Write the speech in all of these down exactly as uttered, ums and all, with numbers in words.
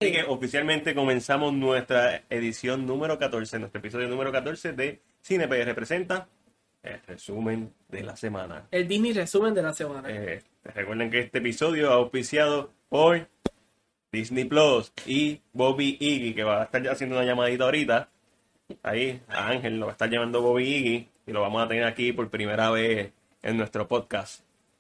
Así que oficialmente comenzamos nuestra edición número catorce, nuestro episodio número catorce de Cine P R Presenta, el resumen de la semana. El Disney resumen de la semana. Eh, recuerden que este episodio ha auspiciado por Disney Plus y Bobby Iggy, que va a estar haciendo una llamadita ahorita. Ahí, a Ángel lo va a estar llamando Bobby Iggy y lo vamos a tener aquí por primera vez en nuestro podcast.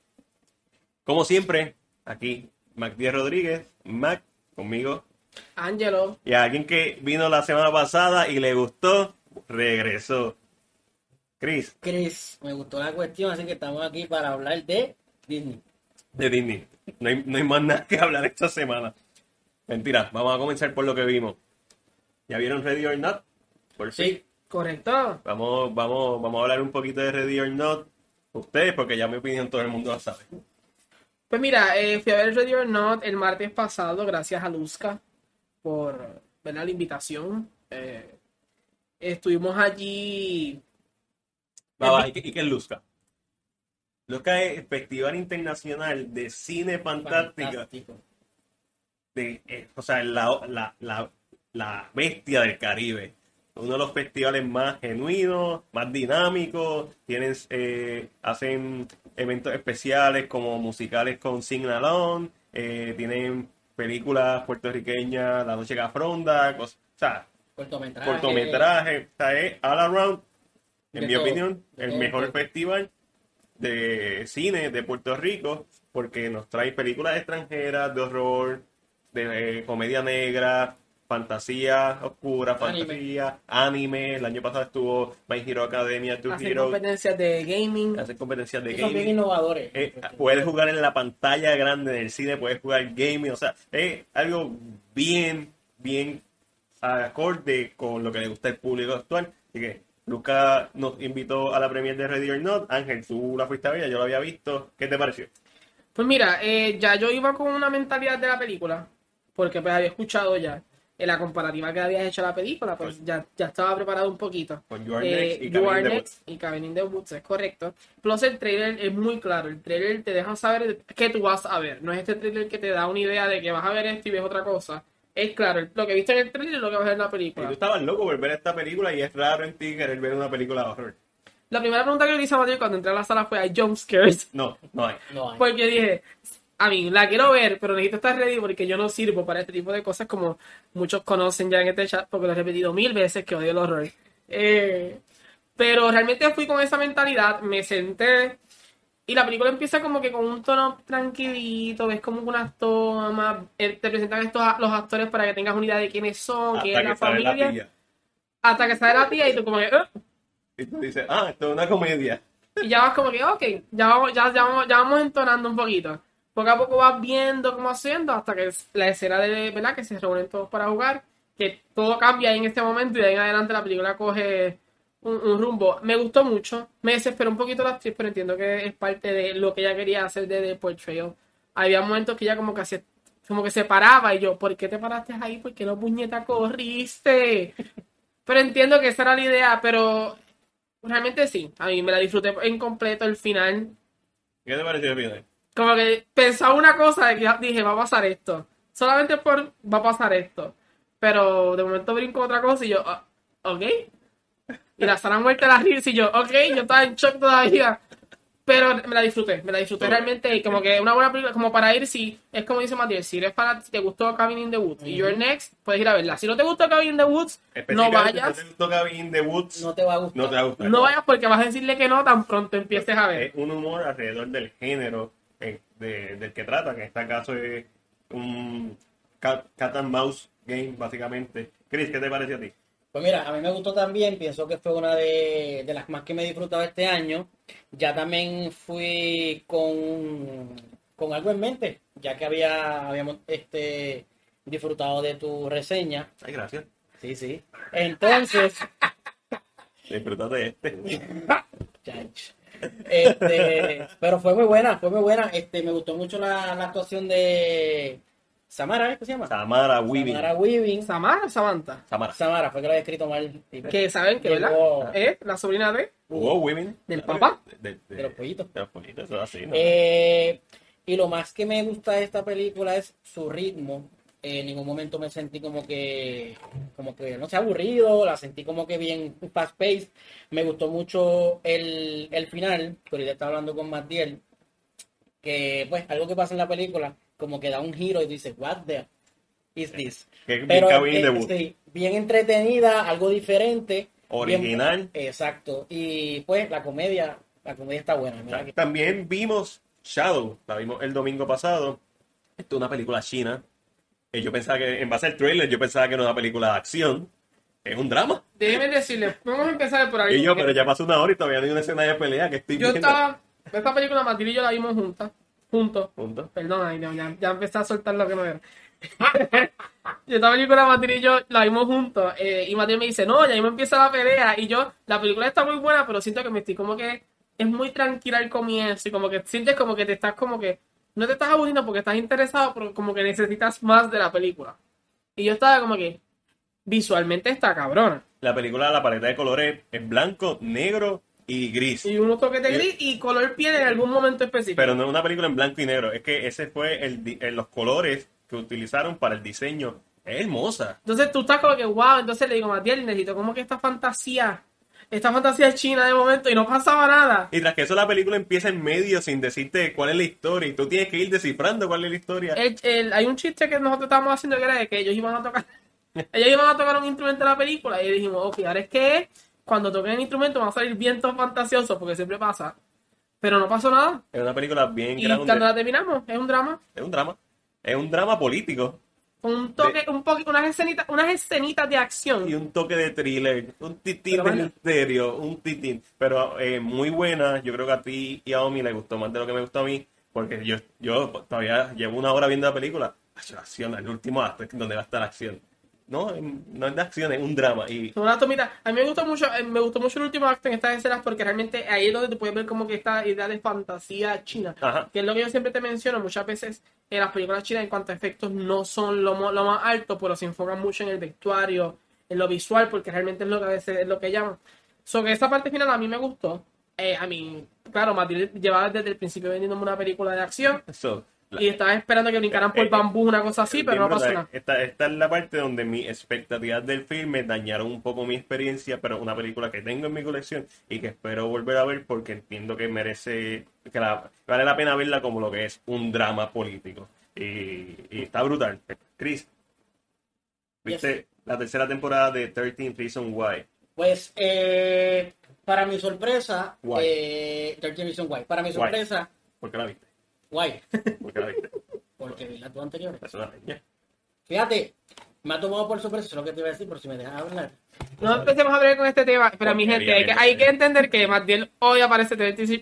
Como siempre, aquí, Mac Díaz Rodríguez, Mac, conmigo. Ángelo. Y a alguien que vino la semana pasada y le gustó, regresó. Chris. Chris, me gustó la cuestión, así que estamos aquí para hablar de Disney. De Disney. No hay, no hay más nada que hablar esta semana. Mentira, vamos a comenzar por lo que vimos. ¿Ya vieron Ready or Not? Por Sí. sí. Correcto. Vamos, vamos, vamos a hablar un poquito de Ready or Not. Ustedes, porque ya mi opinión todo el mundo la sabe. Pues mira, eh, fui a ver Ready or Not el martes pasado, gracias a Luzca por ver la invitación. Eh, estuvimos allí. Va, va, ¿y qué, y qué es Luzca? Luzca es el Festival Internacional de Cine Fantástica. Fantástico. De, eh, o sea, la, la, la, la bestia del Caribe. Uno de los festivales más genuinos, más dinámicos. Tienen, eh, hacen eventos especiales como musicales con Sing Along. Eh, tienen películas puertorriqueñas, La Noche Gafronda, cosas, o sea, Cortometraje. cortometrajes. O sea, es all around, en De mi todo, opinión, de el todo, mejor de todo. festival de cine de Puerto Rico, porque nos trae películas extranjeras de horror, de eh, comedia negra, fantasía oscura, Anime. fantasía, anime. El año pasado estuvo My Hero Academia, Two Hacen Heroes, competencias de gaming. hacen competencias de Sí, son bien gaming. innovadores. Eh, puedes jugar en la pantalla grande del cine, puedes jugar gaming, o sea, es algo bien, bien acorde con lo que le gusta al público actual. Así que Lucas nos invitó a la premiere de Ready or Not. Ángel, tú la fuiste a ver, yo la había visto. ¿Qué te pareció? Pues mira, eh, ya yo iba con una mentalidad de la película, porque pues había escuchado ya en la comparativa que habías hecho a la película, pues ya, ya estaba preparado un poquito. Con You Are Eh, Next y You Cabin Are in the Next Woods. y Cabin in the Woods, es correcto. Plus el trailer es muy claro, el trailer te deja saber qué tú vas a ver, no es este trailer que te da una idea de que vas a ver esto y ves otra cosa. Es claro, el- lo que viste en el trailer es lo que vas a ver en la Y película. tú estabas loco por ver esta película y es raro en ti querer ver una película de horror. La primera pregunta que le hice a Mateo cuando entré a la sala fue: ¿hay jump scares? No, no hay. No hay. Porque dije, a mí, la quiero ver, pero necesito estar ready porque yo no sirvo para este tipo de cosas, como muchos conocen ya en este chat, porque lo he repetido mil veces que odio el horror. Eh, pero realmente fui con esa mentalidad, me senté, y la película empieza como que con un tono tranquilito, ves como unas tomas, eh, te presentan estos a- los actores para que tengas una idea de quiénes son, quién Hasta es que la sale la familia, tía. hasta que sale la tía y tú como que, "Ah", Y tú dices, ah, esto es una comedia. y ya vas como que, ok, ya vamos, ya, ya vamos, ya vamos entonando un poquito. Poco a poco vas viendo cómo haciendo hasta que es la escena de, ¿verdad? Que se reúnen todos para jugar, que todo cambia ahí en este momento y de ahí en adelante la película coge un, un rumbo. Me gustó mucho, me desesperó un poquito la actriz, pero entiendo que es parte de lo que ella quería hacer de The Portrayal. Había momentos que ella como que hacía, como que se paraba y yo, ¿por qué te paraste ahí? ¿Por qué no, puñeta, corriste? Pero entiendo que esa era la idea, pero realmente sí, a mí me la disfruté en completo el final. ¿Qué te pareció el final? Como que pensaba una cosa de que dije, va a pasar esto. Solamente por va a pasar esto. Pero de momento brinco otra cosa y yo, ah, ok. Y la sala muerta la risa y yo, ok, yo estaba en shock todavía. Pero me la disfruté, me la disfruté Ok. realmente. Y como que una buena película, como para ir, si es como dice Matías, si eres para, si te gustó Cabin in the Woods y You're Next, puedes ir a verla. Si no te gustó Cabin in the Woods, no Específicamente, vayas. si te gustó Cabin in the Woods, No te va a gustar. no te va a gustar. No vayas porque vas a decirle que no tan pronto empieces a ver. Es un humor alrededor del género eh, de- del que trata, que en este caso es un cat, cat and mouse game, básicamente. Chris, ¿qué te pareció a ti? Pues mira, a mí me gustó también, pienso que fue una de, de las más que me he disfrutado este año. Ya también fui con, con algo en mente, ya que había habíamos este, disfrutado de tu reseña. Ay, gracias. Sí, sí. Entonces, Disfrútate de este. chach. Este, pero fue muy buena, fue muy buena. Este, me gustó mucho la, la actuación de Samara, ¿es que se llama? Samara Weaving. Samara Weaving. Samara o Samantha. Samara. Samara, fue que lo había escrito mal. Que saben que, ¿verdad? Llegó Es la sobrina de... ¿Jugó Weaving? ¿Del papá? De, de- de los pollitos. de los pollitos, eso es así, ¿no? Eh, y lo más que me gusta de esta película es su ritmo. Eh, en ningún momento me sentí como que, como que, no sé, aburrido, la sentí como que bien fast paced. Me gustó mucho el, el final, que ahorita estaba hablando con Matiel, que pues algo que pasa en la película, como que da un giro y dices, what the is this? Que es bien Pero cabin in the eh, Woods. sí, bien entretenida, algo diferente. Original. Bien- exacto. Y pues la comedia, la comedia está buena. Mira que- También vimos Shadow, la vimos el domingo pasado. Esto es una película china. Eh, Yo pensaba que, en base al trailer, yo pensaba que no era una película de acción. Es un drama. Déjenme decirles, vamos a empezar por ahí. Y yo, porque pero ya pasó una hora y todavía no hay una escena de pelea que estoy yo viendo. estaba, esta película Matilde y yo la vimos juntas, juntos. Punto. Perdón, ay, no, ya, ya empecé a soltar lo que no era. Yo esta película Matilde y yo la vimos juntos eh, y Matilde me dice, no, ya mismo empieza la pelea y yo, la película está muy buena, pero siento que me estoy como que es muy tranquila al comienzo y como que sientes como que te estás como que no te estás aburriendo porque estás interesado, pero como que necesitas más de la película. Y yo estaba como que visualmente está cabrona. La película, la paleta de colores es blanco, negro y gris. Y unos toques de gris y color piel en algún momento específico. Pero no es una película en blanco y negro. Es que ese fue el, di- eh, los colores que utilizaron para el diseño. Es hermosa. Entonces tú estás como que, wow, entonces le digo, Matías, necesito como que esta fantasía, esta fantasía china de momento y no pasaba nada. Y tras que eso la película empieza en medio sin decirte cuál es la historia. Y tú tienes que ir descifrando cuál es la historia. El- el- hay un chiste que nosotros estábamos haciendo que era de que ellos iban a tocar, ellos iban a tocar un instrumento de la película y dijimos, ok, ahora es que cuando toquen el instrumento van a salir vientos fantasiosos porque siempre pasa. Pero no pasó nada. Es una película bien Y grande. cuando la terminamos, es un drama. Es un drama. Es un drama político. Con un toque, un poquito, unas escenitas, unas escenitas de acción. Y un toque de thriller, un titín Pero de bueno. misterio, un titín. Pero eh, muy buena. Yo creo que a ti y a Omi le gustó más de lo que me gustó a mí. Porque yo, yo todavía llevo una hora viendo la película. Ay, la acción, el último acto es donde va a estar la acción. No, no es de acción, es un drama. Y Son unas tomitas. A mí me gustó mucho, eh, me gustó mucho el último acto en estas escenas porque realmente ahí es donde tú puedes ver como que esta idea de fantasía china. Ajá. Que es lo que yo siempre te menciono. Muchas veces en las películas chinas en cuanto a efectos no son lo, mo- lo más alto, pero se enfocan mucho en el vestuario, en lo visual, porque realmente es lo que a veces es lo que llaman. So que esa parte final a mí me gustó. Eh, a mí, claro, Matilde llevaba desde el principio vendiéndome una película de acción eso. la- y estaba esperando que brincaran por Eh, eh, bambú, una cosa así, pero no Bien, pasó ¿verdad? nada. Esta, esta es la parte donde mis expectativas del filme dañaron un poco mi experiencia, pero una película que tengo en mi colección y que espero volver a ver porque entiendo que merece, que la- vale la pena verla como lo que es un drama político. Y, y está brutal. Chris, ¿viste la tercera temporada de trece Reasons Why? Pues, eh, para mi sorpresa, Guay. eh, trece Reasons Why. Para mi Guay. sorpresa, ¿Por qué la viste? guay, ¿Por qué la viste? porque vi las dos anteriores. Es una niña. Fíjate, me ha tomado por sorpresa, eso es lo que te iba a decir, por si me dejas hablar. No empecemos a hablar con este tema, pero mi gente, Porquería, hay que, mierda. hay que entender que Matiel hoy aparece trece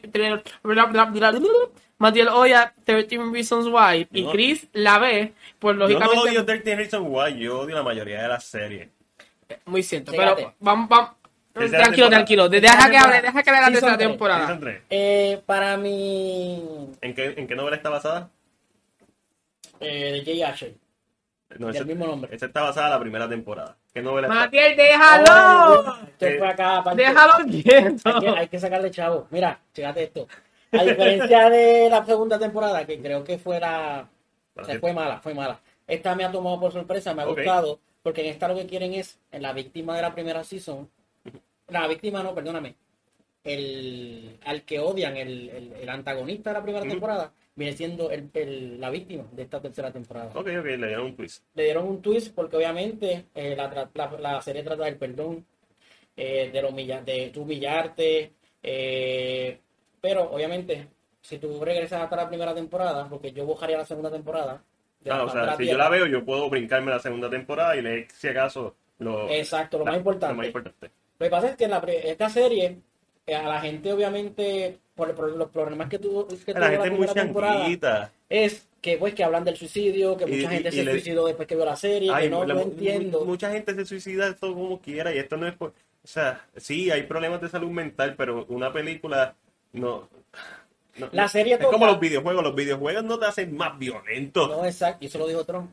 Matiel odia trece Reasons Why y No. Chris la ve, pues Yo no lógicamente odio trece Reasons Why, yo odio la mayoría de las series. muy cierto, Fíjate. pero vamos, vamos, Tercera tranquilo, temporada. tranquilo, deja que hable, deja que hable la Season tercera tres. temporada. Season tres. Eh, para mi... ¿En qué, ¿En qué novela está basada? Eh, de Jay Asher, No, del esa, mismo nombre. esa está basada en la primera temporada. ¿Qué novela está? Matiel, déjalo, Esto fue acá, aparte. déjalo quieto. Hay que, hay que sacarle chavo. Mira, fíjate esto. A diferencia de la segunda temporada, que creo que fue la... O sea, fue mala, fue mala. Esta me ha tomado por sorpresa, me ha Ok. gustado, porque en esta lo que quieren es, en la víctima de la primera season, la víctima no, perdóname, el al que odian, el, el, el antagonista de la primera Ujú. temporada, viene siendo el, el- la víctima de esta tercera temporada. Ok, ok, le dieron un twist. Le dieron un twist porque obviamente eh, la, tra- la, la serie trata del perdón, eh, de, lo humilla- de tú humillarte, eh, pero obviamente si tú regresas hasta la primera temporada, porque yo bajaría la segunda temporada. de Ah, la o faz de sea, la si yo tierra. la veo, yo puedo brincarme la segunda temporada y leer, si acaso, lo, Exacto, lo la- más importante. Lo más importante. Lo que pasa es que la pre- esta serie, eh, a la gente obviamente, por, por los problemas que tuvo, que tuvo La gente es muy primera temporada, changuita. es que pues que hablan del suicidio, que Y- mucha y- gente y se le- suicidó después que vio la serie, Ay, que no, la- no mu- entiendo. Mucha gente se suicida esto como quiera y esto no es por... O sea, sí, hay problemas de salud mental, pero una película no... no- La serie es como toca- los videojuegos. Los videojuegos no te hacen más violento. No, exacto, y eso lo dijo Trump.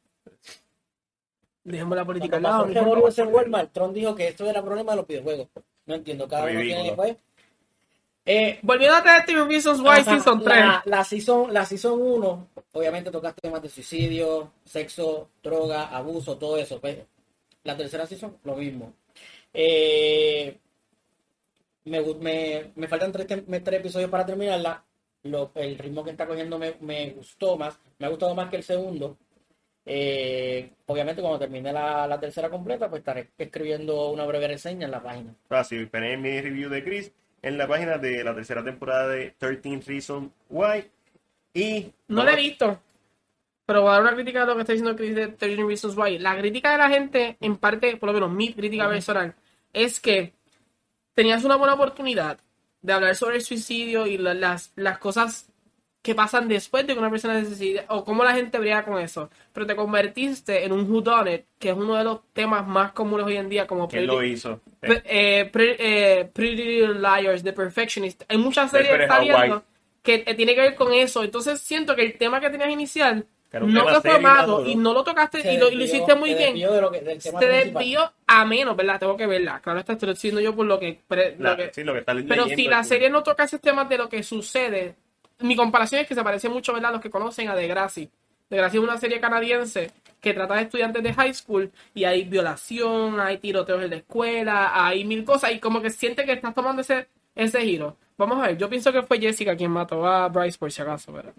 Dejemos la política al Cuando lado. pasó el no importa. revolú ese en Walmart, Trump dijo que esto era problema de los videojuegos. No entiendo, cada uno Ridículo. tiene pues. Eh, Volviendo a treinta Reasons Why ajá, Season tres. La, la season, la season uno, obviamente tocaste temas de suicidio, sexo, droga, abuso, todo eso. Pues, la tercera season, lo mismo. Eh, me, gu- me, me faltan tres, tem- tres episodios para terminarla. Lo- el ritmo que está cogiendo me, me gustó más. Me ha gustado más que el segundo. Eh, obviamente, cuando termine la, la tercera completa, pues estaré escribiendo una breve reseña en la página. Fácil, esperé mi review de Chris en la página de la tercera temporada de trece Reasons Why. Y No la he visto. Pero voy a dar una crítica de lo que está diciendo Chris de trece Reasons Why. La crítica de la gente, en parte, por lo menos mi crítica Ujú. personal, es que tenías una buena oportunidad de hablar sobre el suicidio y la- las, las cosas que pasan después de que una persona se suicida, o cómo la gente brega con eso. Pero te convertiste en un whodunit, que es uno de los temas más comunes hoy en día, como ¿quién lo hizo? Pre- eh, pre- eh, Pretty Little Liars, The Perfectionist. Hay muchas series Desperate saliendo Housewives. que eh, tiene que ver con eso. Entonces siento que el tema que tenías inicial Que era un no tema fue serio y formado maduro. y no lo tocaste Se y lo, y lo desvió- hiciste muy se bien. desvió de lo que- del tema Se principal. desvió a menos, ¿verdad? Tengo que verla. Claro, está, estoy diciendo yo por lo que... pre- lo La- que- sí, lo que está pero leyendo si es la muy- serie no toca esos temas de lo que sucede, mi comparación es que se parece mucho, ¿verdad? A los que conocen a Degrassi. Degrassi es una serie canadiense que trata de estudiantes de high school y hay violación, hay tiroteos en la escuela, hay mil cosas y como que siente que estás tomando ese, ese giro. Vamos a ver, yo pienso que fue Jessica quien mató a Bryce por si acaso, pero...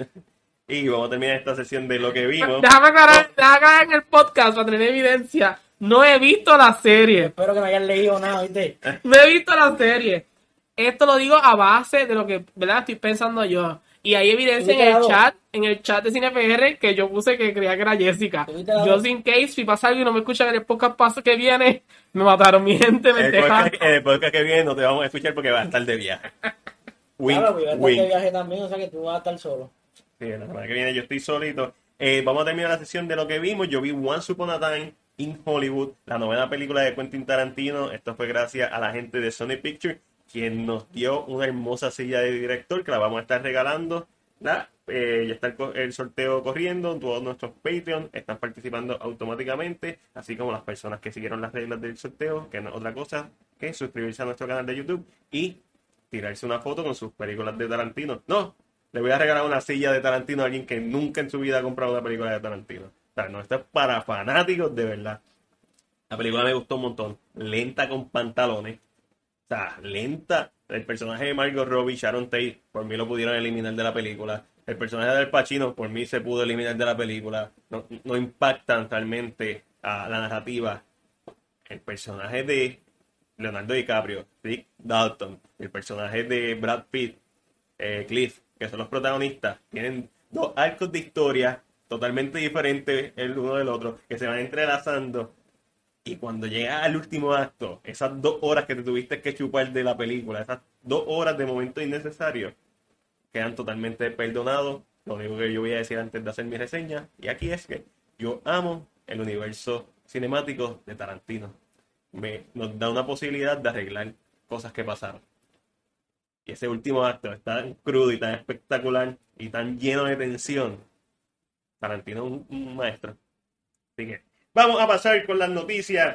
Y vamos a terminar esta sesión de lo que vimos. Déjame aclarar, déjame aclarar en el podcast para tener evidencia. No he visto la serie. Espero que no hayan leído nada, ¿viste? No he visto la serie. Esto lo digo a base de lo que, ¿verdad? Estoy pensando yo. Y hay evidencia en ¿Tuviste la el dos? chat, en el chat de CinePR que yo puse que creía que era Jessica. ¿Tuviste la Yo dos? sin case, si pasa algo y no me escuchan en el podcast paso que viene, me mataron mi gente, me El dejaron. podcast, en el podcast que viene no te vamos a escuchar porque va a estar de viaje. Wink, Claro, pues, wink. de viaje también, o sea que tú vas a estar solo. Sí, la semana que viene yo estoy solito. Eh, vamos a terminar la sesión de lo que vimos. Yo vi Once Upon a Time in Hollywood, la novena película de Quentin Tarantino. Esto fue gracias a la gente de Sony Pictures, quien nos dio una hermosa silla de director que la vamos a estar regalando. ¿Verdad? Eh, ya está el, co- el sorteo corriendo. Todos nuestros Patreon están participando automáticamente, así como las personas que siguieron las reglas del sorteo, que no es otra cosa que suscribirse a nuestro canal de YouTube y tirarse una foto con sus películas de Tarantino. No, le voy a regalar una silla de Tarantino a alguien que nunca en su vida ha comprado una película de Tarantino. O sea, no, esto es para fanáticos de verdad. La película me gustó un montón. Lenta con pantalones. O sea, lenta. El personaje de Margot Robbie, Sharon Tate, por mí lo pudieron eliminar de la película. El personaje de Al Pacino, por mí se pudo eliminar de la película. No, no impactan realmente a la narrativa. El personaje de Leonardo DiCaprio, Rick Dalton, el personaje de Brad Pitt, eh, Cliff, que son los protagonistas, tienen dos arcos de historia totalmente diferentes el uno del otro, que se van entrelazando. Y cuando llega al último acto, esas dos horas que te tuviste que chupar de la película, esas dos horas de momentos innecesarios, quedan totalmente perdonados. Lo único que yo voy a decir antes de hacer mi reseña, y aquí es que yo amo el universo cinemático de Tarantino. Me, nos da una posibilidad de arreglar cosas que pasaron. Y ese último acto es tan crudo y tan espectacular y tan lleno de tensión. Tarantino es un, un maestro. Así que vamos a pasar con las noticias.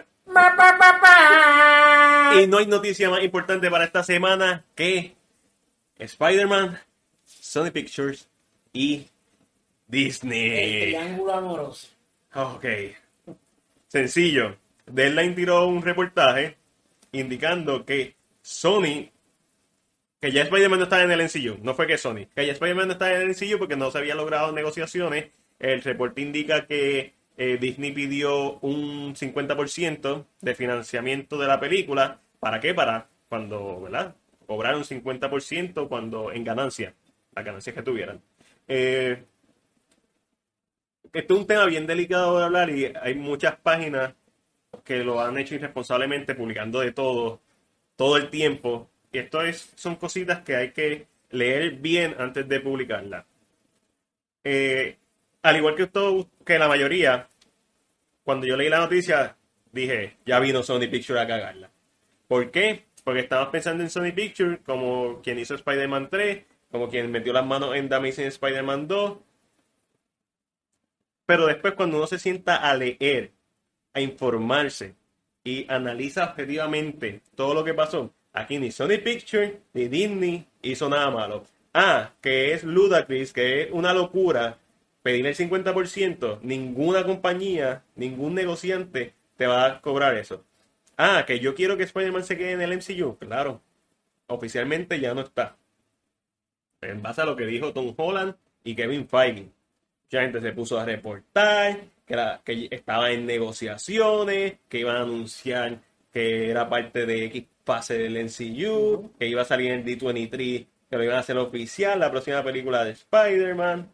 Y no hay noticia más importante para esta semana que Spider-Man, Sony Pictures y El Disney. triángulo amoroso. Ok. Sencillo. Deadline tiró un reportaje indicando que Sony, que ya Spider-Man no estaba en el M C U, no fue que Sony, que ya Spider-Man no estaba en el M C U porque no se había logrado negociaciones. El reporte indica que eh, Disney pidió un cincuenta por ciento de financiamiento de la película. ¿Para qué? Para cuando, ¿verdad? Cobrar un cincuenta por ciento cuando en ganancia, las ganancias que tuvieran. Eh, esto es un tema bien delicado de hablar y hay muchas páginas que lo han hecho irresponsablemente, publicando de todo, todo el tiempo. Y esto es, son cositas que hay que leer bien antes de publicarlas. Eh, al igual que todo, que la mayoría, cuando yo leí la noticia, dije, ya vino Sony Pictures a cagarla. ¿Por qué? Porque estábamos pensando en Sony Pictures como quien hizo Spider-Man tres, como quien metió las manos en The Amazing Spider-Man dos. Pero después cuando uno se sienta a leer, a informarse y analiza objetivamente todo lo que pasó, aquí ni Sony Pictures, ni Disney hizo nada malo. Ah, que es ludicrous, que es una locura pedir el cincuenta por ciento, ninguna compañía, ningún negociante te va a cobrar eso. Ah, que yo quiero que Spider-Man se quede en el M C U. Claro, oficialmente ya no está. En base a lo que dijo Tom Holland y Kevin Feige. Mucha gente se puso a reportar que, era, que estaba en negociaciones, que iban a anunciar que era parte de X fase del M C U, uh-huh. que iba a salir en D veintitrés, que lo iban a hacer oficial, la próxima película de Spider-Man.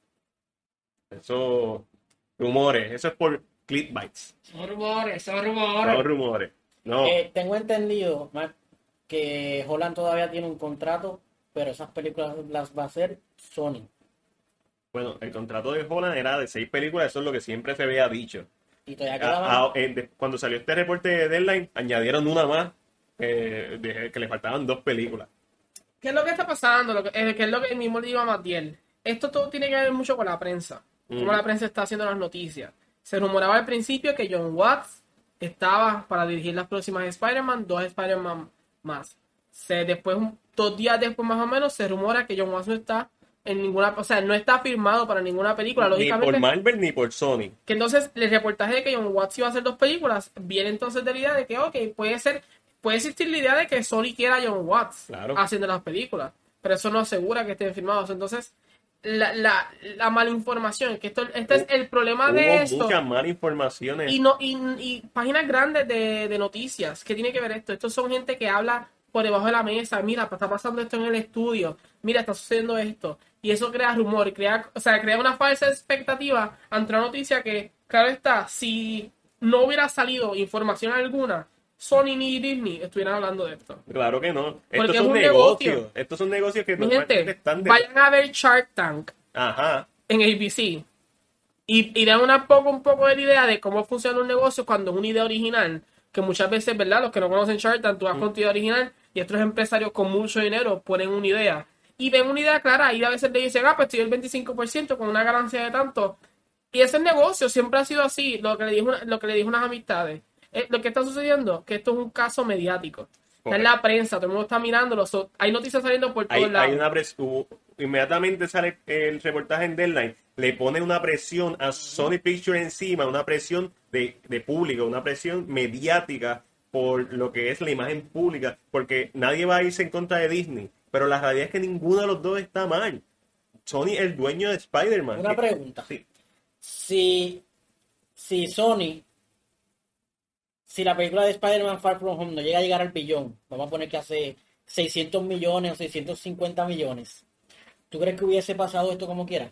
Eso, rumores, eso es por clickbaits. Son rumores, son rumores. Son rumores. No. Eh, tengo entendido, Mark, que Holland todavía tiene un contrato, pero esas películas las va a hacer Sony. Bueno, el contrato de Holland era de seis películas, eso es lo que siempre se había dicho. Y todavía quedaban... A, a, eh, de, cuando salió este reporte de Deadline, añadieron una más, eh, de, que le faltaban dos películas. ¿Qué es lo que está pasando? Lo que, eh, ¿Qué es lo que mismo le digo a Matiel? Esto todo tiene que ver mucho con la prensa. Cómo mm. la prensa está haciendo las noticias. Se rumoraba al principio que John Watts estaba para dirigir las próximas Spider-Man, dos Spider-Man más. Se, después, dos días después más o menos, se rumora que John Watts no está en ninguna, o sea, no está firmado para ninguna película, lógicamente. Ni por Marvel ni por Sony. Que entonces el reportaje de que John Watts iba a hacer dos películas viene entonces de la idea de que, ok, puede ser, puede existir la idea de que Sony quiera a John Watts claro. haciendo las películas, pero eso no asegura que estén firmados. Entonces, la, la, la mala información, que esto, este es el problema de Hubo esto. Muchas malas informaciones. Y, no, y, y páginas grandes de, de noticias, ¿qué tiene que ver esto? Estos son gente que habla por debajo de la mesa, mira, está pasando esto en el estudio, mira, está sucediendo esto, y eso crea rumor, crea, o sea, crea una falsa expectativa ante una noticia que, claro está, si no hubiera salido información alguna, Sony ni Disney estuvieran hablando de esto. Claro que no. Porque estos es son un negocios. negocio. Estos son negocios que Mi gente, están de... vayan a ver Shark Tank Ajá. en A B C y, y den una poco, un poco de la idea de cómo funciona un negocio cuando es una idea original, que muchas veces, ¿verdad? Los que no conocen Shark Tank, tú vas mm. con tu idea original y estos empresarios con mucho dinero ponen una idea y ven una idea clara y a veces le dicen, ah, pues estoy el veinticinco por ciento con una ganancia de tanto. Y ese negocio siempre ha sido así, lo que le dijo, lo que le dijo unas amistades. Eh, lo que está sucediendo, que esto es un caso mediático. Está en la prensa, todo el mundo está mirándolo. So, hay noticias saliendo por todos hay, lados. Hay una pres uh, inmediatamente sale el reportaje en Deadline, le pone una presión a Sony Pictures encima, una presión de, de público, una presión mediática por lo que es la imagen pública, porque nadie va a irse en contra de Disney, pero la realidad es que ninguno de los dos está mal. Sony es el dueño de Spider-Man. Una pregunta. Sí. Si, si Sony, si la película de Spider-Man Far From Home no llega a llegar al billón, vamos a poner que hace seiscientos millones o seiscientos cincuenta millones, ¿tú crees que hubiese pasado esto como quiera?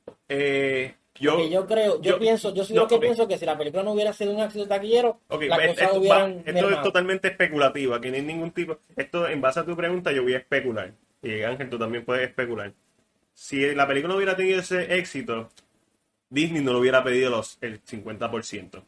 Eh... Yo, Porque yo creo, yo, yo pienso, yo soy no, lo que okay. pienso que si la película no hubiera sido un éxito taquillero, okay, la pues, cosa esto, hubieran va, esto es totalmente especulativo, aquí no hay ningún tipo, esto en base a tu pregunta yo voy a especular, y Ángel tú también puedes especular. Si la película no hubiera tenido ese éxito, Disney no le hubiera pedido los, el cincuenta por ciento.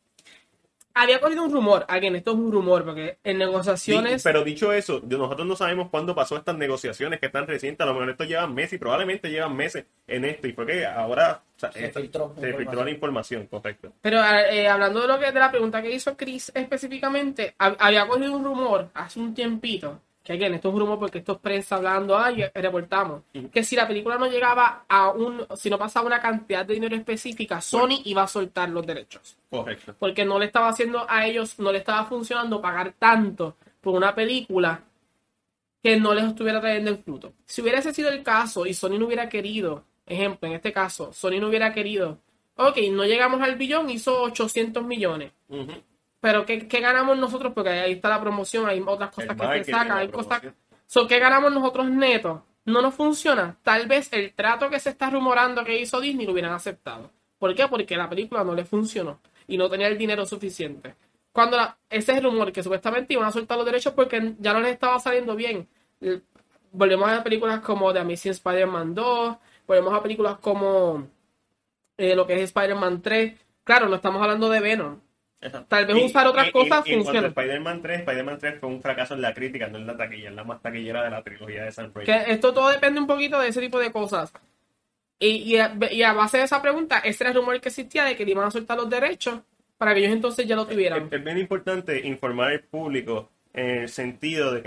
Había corrido un rumor, alguien, esto es un rumor, porque en negociaciones... Sí, pero dicho eso, nosotros no sabemos cuándo pasó estas negociaciones que están recientes, a lo mejor esto llevan meses y probablemente llevan meses en esto, y fue que ahora o sea, se, esto, filtró, se filtró la información, correcto. Pero eh, hablando de lo que de la pregunta que hizo Chris específicamente, hab, había corrido un rumor hace un tiempito, que again, esto es un rumor porque esto es prensa hablando, ay, reportamos, uh-huh. que si la película no llegaba a un, si no pasaba una cantidad de dinero específica, Sony iba a soltar los derechos. Correcto. Porque no le estaba haciendo a ellos, no le estaba funcionando pagar tanto por una película que no les estuviera trayendo el fruto. Si hubiese sido el caso y Sony no hubiera querido, ejemplo, en este caso, Sony no hubiera querido, ok, no llegamos al billón, hizo ochocientos millones. Uh-huh. Pero ¿qué, ¿qué ganamos nosotros? Porque ahí está la promoción, hay otras cosas que se sacan, hay cosas... So, ¿qué ganamos nosotros netos? No nos funciona. Tal vez el trato que se está rumorando que hizo Disney lo hubieran aceptado. ¿Por qué? Porque la película no le funcionó y no tenía el dinero suficiente. Cuando la, ese es el rumor que supuestamente iban a soltar los derechos porque ya no les estaba saliendo bien. Volvemos a películas como The Amazing Spider-Man dos, volvemos a películas como eh, lo que es Spider-Man tres. Claro, no estamos hablando de Venom. Exacto. Tal vez y, usar otras y, cosas y, y funciona. En cuanto a Spider-Man tres, Spider-Man tres fue un fracaso en la crítica, no en la taquilla, es la más taquillera de la trilogía de Sam Raimi. Que esto todo depende un poquito de ese tipo de cosas. Y, y, a, y a base de esa pregunta, ese era el rumor que existía de que le iban a soltar los derechos para que ellos entonces ya lo tuvieran. Es, es bien importante informar al público en el sentido de que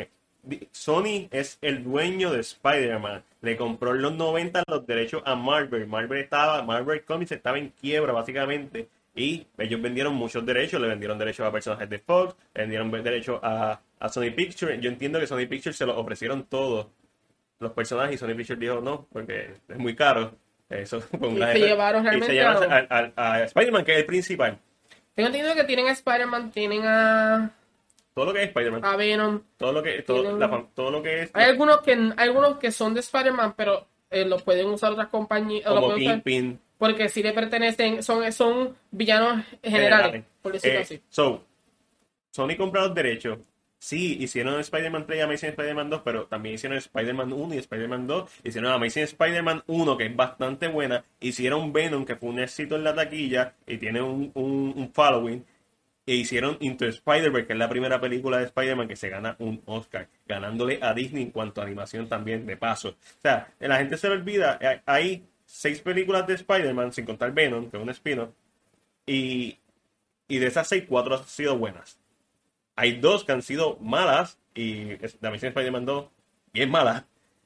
di- Sony es el dueño de Spider-Man. Le compró en los noventa los derechos a Marvel. Marvel estaba, Marvel Comics estaba en quiebra básicamente. Y ellos vendieron muchos derechos, le vendieron derechos a personajes de Fox, le vendieron derechos a, a Sony Pictures. Yo entiendo que Sony Pictures se los ofrecieron todos los personajes y Sony Pictures dijo no, porque es muy caro. Eso, con Y la se jefa- llevaron y realmente se llevan a- a, a- a Spider-Man, que es el principal. Tengo entendido que tienen a Spider-Man, tienen a, Todo lo que es Spider-Man. a Venom. Todo lo que, todo, Tienen- la fam- todo lo que es Hay algunos que hay algunos que son de Spider-Man, pero eh, los pueden usar otras compañías. o lo como pueden usar Kingpin. porque si le pertenecen, son, son villanos generales, por decirlo Eh, así. So, Sony compró los derechos. Sí, hicieron Spider-Man tres y Amazing Spider-Man dos, pero también hicieron Spider-Man uno y Spider-Man dos. Hicieron Amazing Spider-Man uno, que es bastante buena. Hicieron Venom, que fue un éxito en la taquilla y tiene un, un, un following. E hicieron Into Spider-Verse, que es la primera película de Spider-Man que se gana un Oscar, ganándole a Disney en cuanto a animación también, de paso. O sea, la gente se le olvida, eh, hay seis películas de Spider-Man, sin contar Venom, que es un spin-off, y, y de esas seis, cuatro han sido buenas. Hay dos que han sido malas, y es- The Amazing Spider-Man dos, bien mala,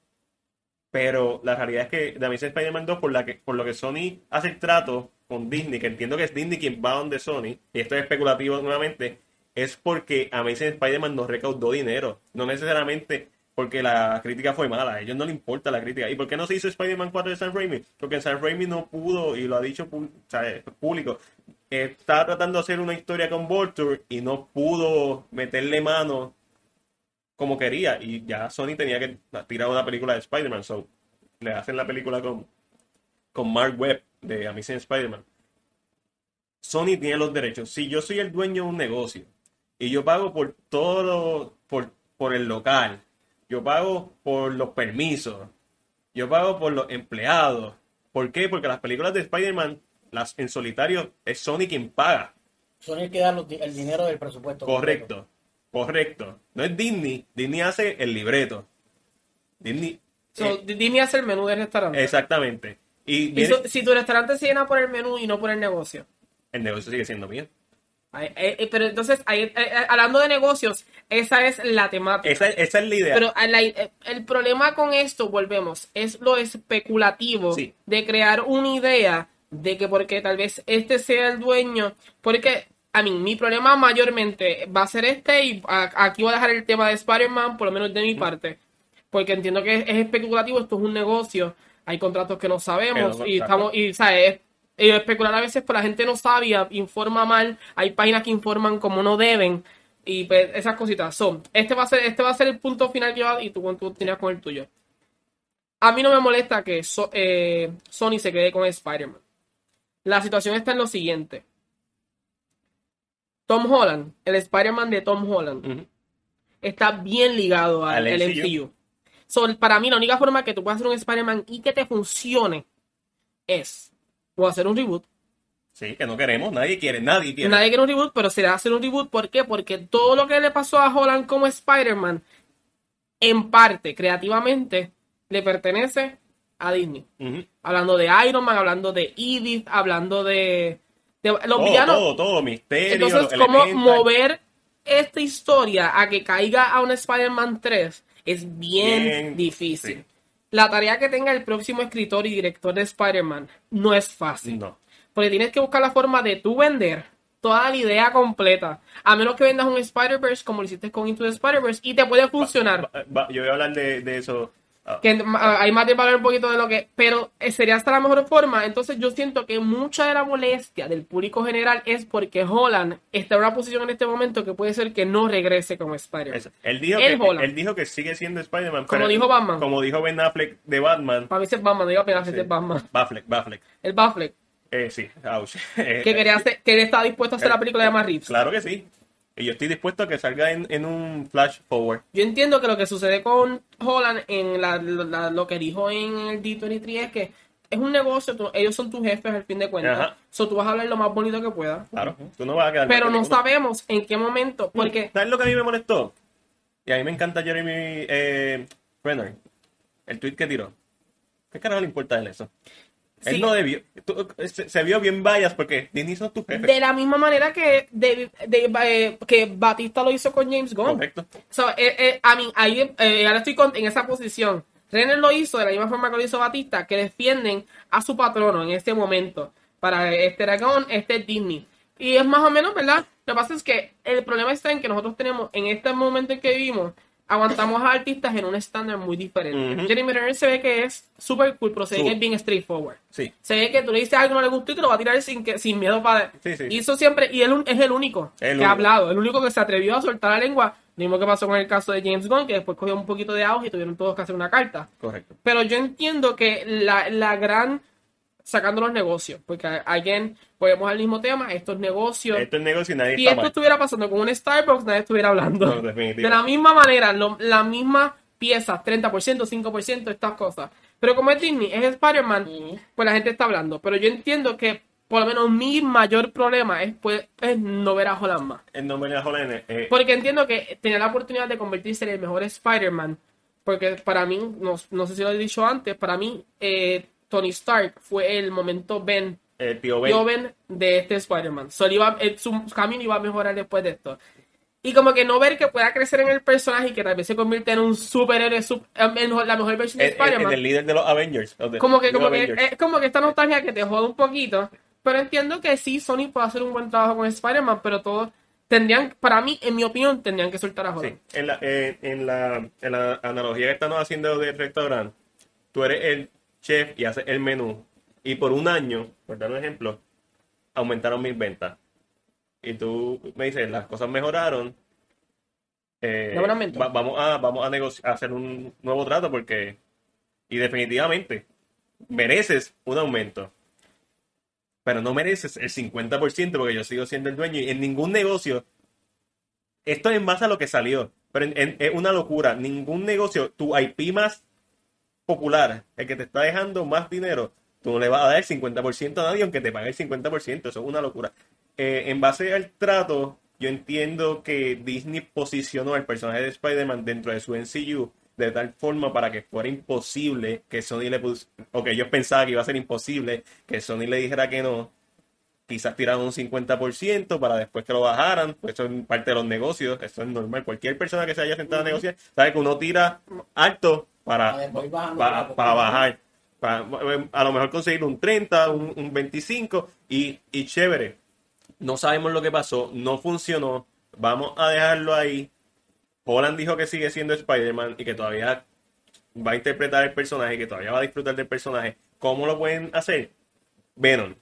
pero la realidad es que The Amazing Spider-Man dos, por, la que, por lo que Sony hace el trato con Disney, que entiendo que es Disney quien va donde Sony, y esto es especulativo nuevamente, es porque Amazing Spider-Man no recaudó dinero, no necesariamente porque la crítica fue mala, a ellos no les importa la crítica. ¿Y por qué no se hizo Spider-Man cuatro de Sam Raimi? Porque Sam Raimi no pudo, y lo ha dicho pu- o sea, eh, público, eh, estaba tratando de hacer una historia con Vulture y no pudo meterle mano como quería, y ya Sony tenía que tirar una película de Spider-Man, so le hacen la película con, con Mark Webb de Amazing Spider-Man. Sony tiene los derechos. Si yo soy el dueño de un negocio y yo pago por todo, por, por el local, yo pago por los permisos, yo pago por los empleados. ¿Por qué? Porque las películas de Spider-Man, las en solitario, es Sony quien paga. Son el que da los di- el dinero del presupuesto. Correcto, correcto. No es Disney. Disney hace el libreto. Disney. So, eh, Disney hace el menú del restaurante. exactamente. Y Y viene- so- si tu restaurante se llena por el menú y no por el negocio. el negocio sigue siendo mío. Ay, eh, eh, pero entonces, ahí, eh, eh, hablando de negocios, esa es la temática. Esa, esa es la idea. Pero a la- eh, el problema con esto, volvemos, es lo especulativo Sí. de crear una idea de que porque tal vez este sea el dueño, porque a mí mi problema mayormente va a ser este y a- aquí voy a dejar el tema de Spider-Man, por lo menos de mi parte, porque entiendo que es, es especulativo, esto es un negocio, hay contratos que no sabemos Que no- y exacto. estamos, y sabes, y especular a veces por la gente no sabia, informa mal, hay páginas que informan como no deben y pues esas cositas son. Este va a ser, este va a ser el punto final que yo y tú, tú tienes con el tuyo. A mí no me molesta que So- eh, Sony se quede con Spider-Man. La situación está en lo siguiente. Tom Holland, el Spider-Man de Tom Holland, Ujú. está bien ligado al, Al al M C U. M C U. So, para mí, la única forma que tú puedas hacer un Spider-Man y que te funcione es o hacer un reboot. Sí, que no queremos. Nadie quiere. Nadie quiere. Nadie quiere un reboot, pero será hacer un reboot. ¿Por qué? Porque todo lo que le pasó a Holland como Spider-Man, en parte, creativamente, le pertenece a Disney. Ujú. Hablando de Iron Man, hablando de Edith, hablando de, de los Todo, villanos. todo, todo. Misterio. Entonces, los cómo elemental. mover esta historia a que caiga a un Spider-Man tres es bien, Bien, difícil. sí. La tarea que tenga el próximo escritor y director de Spider-Man no es fácil. No. Porque tienes que buscar la forma de tú vender toda la idea completa. A menos que vendas un Spider-Verse como lo hiciste con Into the Spider-Verse y te puede funcionar. Va- va- yo voy a hablar de, de eso. ah, Que ah, hay más tiempo para hablar un poquito de lo que... Pero eh, sería hasta la mejor forma. Entonces yo siento que mucha de la molestia del público general es porque Holland está en una posición en este momento que puede ser que no regrese como Spider-Man. eso. Él, dijo El que, Holland. él dijo que sigue siendo Spider-Man. Como pero- dijo Batman. Como dijo Ben Affleck de Batman. Para mí ese es Batman, digo apenas Sí. ese es Batman. Batfleck, Batfleck. El Batfleck, Eh, sí, ouch. Eh, que quería hacer, que él estaba dispuesto a hacer la película de Matt Reeves. Claro que sí. Y yo estoy dispuesto a que salga en, en un flash forward. Yo entiendo que lo que sucede con Holland en la, la- lo que dijo en el D veintitrés es que es un negocio, tú- ellos son tus jefes al fin de cuentas. Ajá. So, tú vas a hablar lo más bonito que puedas. Claro, tú no vas a quedar. Pero mal no con ninguno. sabemos en qué momento, porque ¿Sabes lo que a mí me molestó? Y a mí me encanta Jeremy eh, Renner. El tweet que tiró. ¿Qué carajo le importa a él eso? Él Sí. no debió. tú- se, se vio bien bias porque Disney son tus jefes. De la misma manera que, de, de- eh, que Batista lo hizo con James Gunn. Correcto. So, eh, eh, a mí, ahí, eh, ahora estoy con- en esa posición. Renner lo hizo de la misma forma que lo hizo Batista, que defienden a su patrono en este momento. Para este Dragon, este Disney. Y es más o menos, ¿verdad? Lo que pasa es que el problema está en que nosotros tenemos, en este momento en que vivimos, aguantamos a artistas en un estándar muy diferente. Ujú. Jeremy Renner se ve que es súper cool, pero se ve Su- que es bien straightforward. Sí. Se ve que tú le dices algo que no le gustó y te lo va a tirar sin, que, sin miedo para... Sí, sí. Y eso siempre... Y él un- es el único El que único. ha hablado. El único que se atrevió a soltar la lengua. Lo mismo que pasó con el caso de James Gunn, que después cogió un poquito de auge y tuvieron todos que hacer una carta. Correcto. Pero yo entiendo que la, la gran... Sacando los negocios. Porque, again, volvemos al mismo tema. Estos negocios... Esto es negocio y nadie Si está esto mal. estuviera pasando con un Starbucks, nadie estuviera hablando. No, definitivo. De la misma manera, lo- la misma piezas, treinta por ciento, cinco por ciento, estas cosas. Pero como es Disney, es Spider-Man, Ujú. pues la gente está hablando. Pero yo entiendo que por lo menos mi mayor problema es, pues, es no ver a Holland más. El nombre de Holland eh, Porque entiendo que tenía la oportunidad de convertirse en el mejor Spider-Man. Porque para mí, no, no sé si lo he dicho antes, para mí eh, Tony Stark fue el momento Ben, el tío Ben. tío Ben de este Spider-Man. So, él iba, eh, su camino iba a mejorar después de esto. Y como que no ver que pueda crecer en el personaje y que tal vez se convierta en un superhéroe, sup- en- en la mejor versión de El, el- Spider-Man. el líder de los Avengers. o de- Como que, New como que Avengers. es como que esta nostalgia que te joda un poquito. Pero entiendo que sí, Sony puede hacer un buen trabajo con Spider-Man, pero todos tendrían, para mí, en mi opinión, tendrían que soltar a Holland. Sí, en la, eh, en, la, en la analogía que estamos haciendo del restaurante, tú eres el chef y haces el menú. Y por un año, por dar un ejemplo, aumentaron mis ventas. Y tú me dices, las cosas mejoraron. eh, Dame un aumento. va- vamos a, vamos a, negoci- a hacer un nuevo trato porque... Y definitivamente, mereces un aumento. Pero no mereces el cincuenta por ciento porque yo sigo siendo el dueño. Y en ningún negocio... Esto es en base a lo que salió. Pero en- en- es una locura. Ningún negocio, tu I P más popular, el que te está dejando más dinero, tú no le vas a dar el cincuenta por ciento a nadie aunque te pague el cincuenta por ciento. Eso es una locura. Eh, en base al trato, yo entiendo que Disney posicionó al personaje de Spider-Man dentro de su M C U de tal forma para que fuera imposible que Sony le pusiera, o que ellos pensaban que iba a ser imposible que Sony le dijera que no. Quizás tiraron un cincuenta por ciento para después que lo bajaran. Pues eso es parte de los negocios. Eso es normal. Cualquier persona que se haya sentado a negociar sabe que uno tira alto para, A ver, voy bajando para, poco a para poco. bajar. Para, a lo mejor conseguir un treinta, un, un veinticinco y, y chévere. No sabemos lo que pasó. No funcionó. Vamos a dejarlo ahí. Holland dijo que sigue siendo Spider-Man y que todavía va a interpretar el personaje, que todavía va a disfrutar del personaje. ¿Cómo lo pueden hacer? Venom.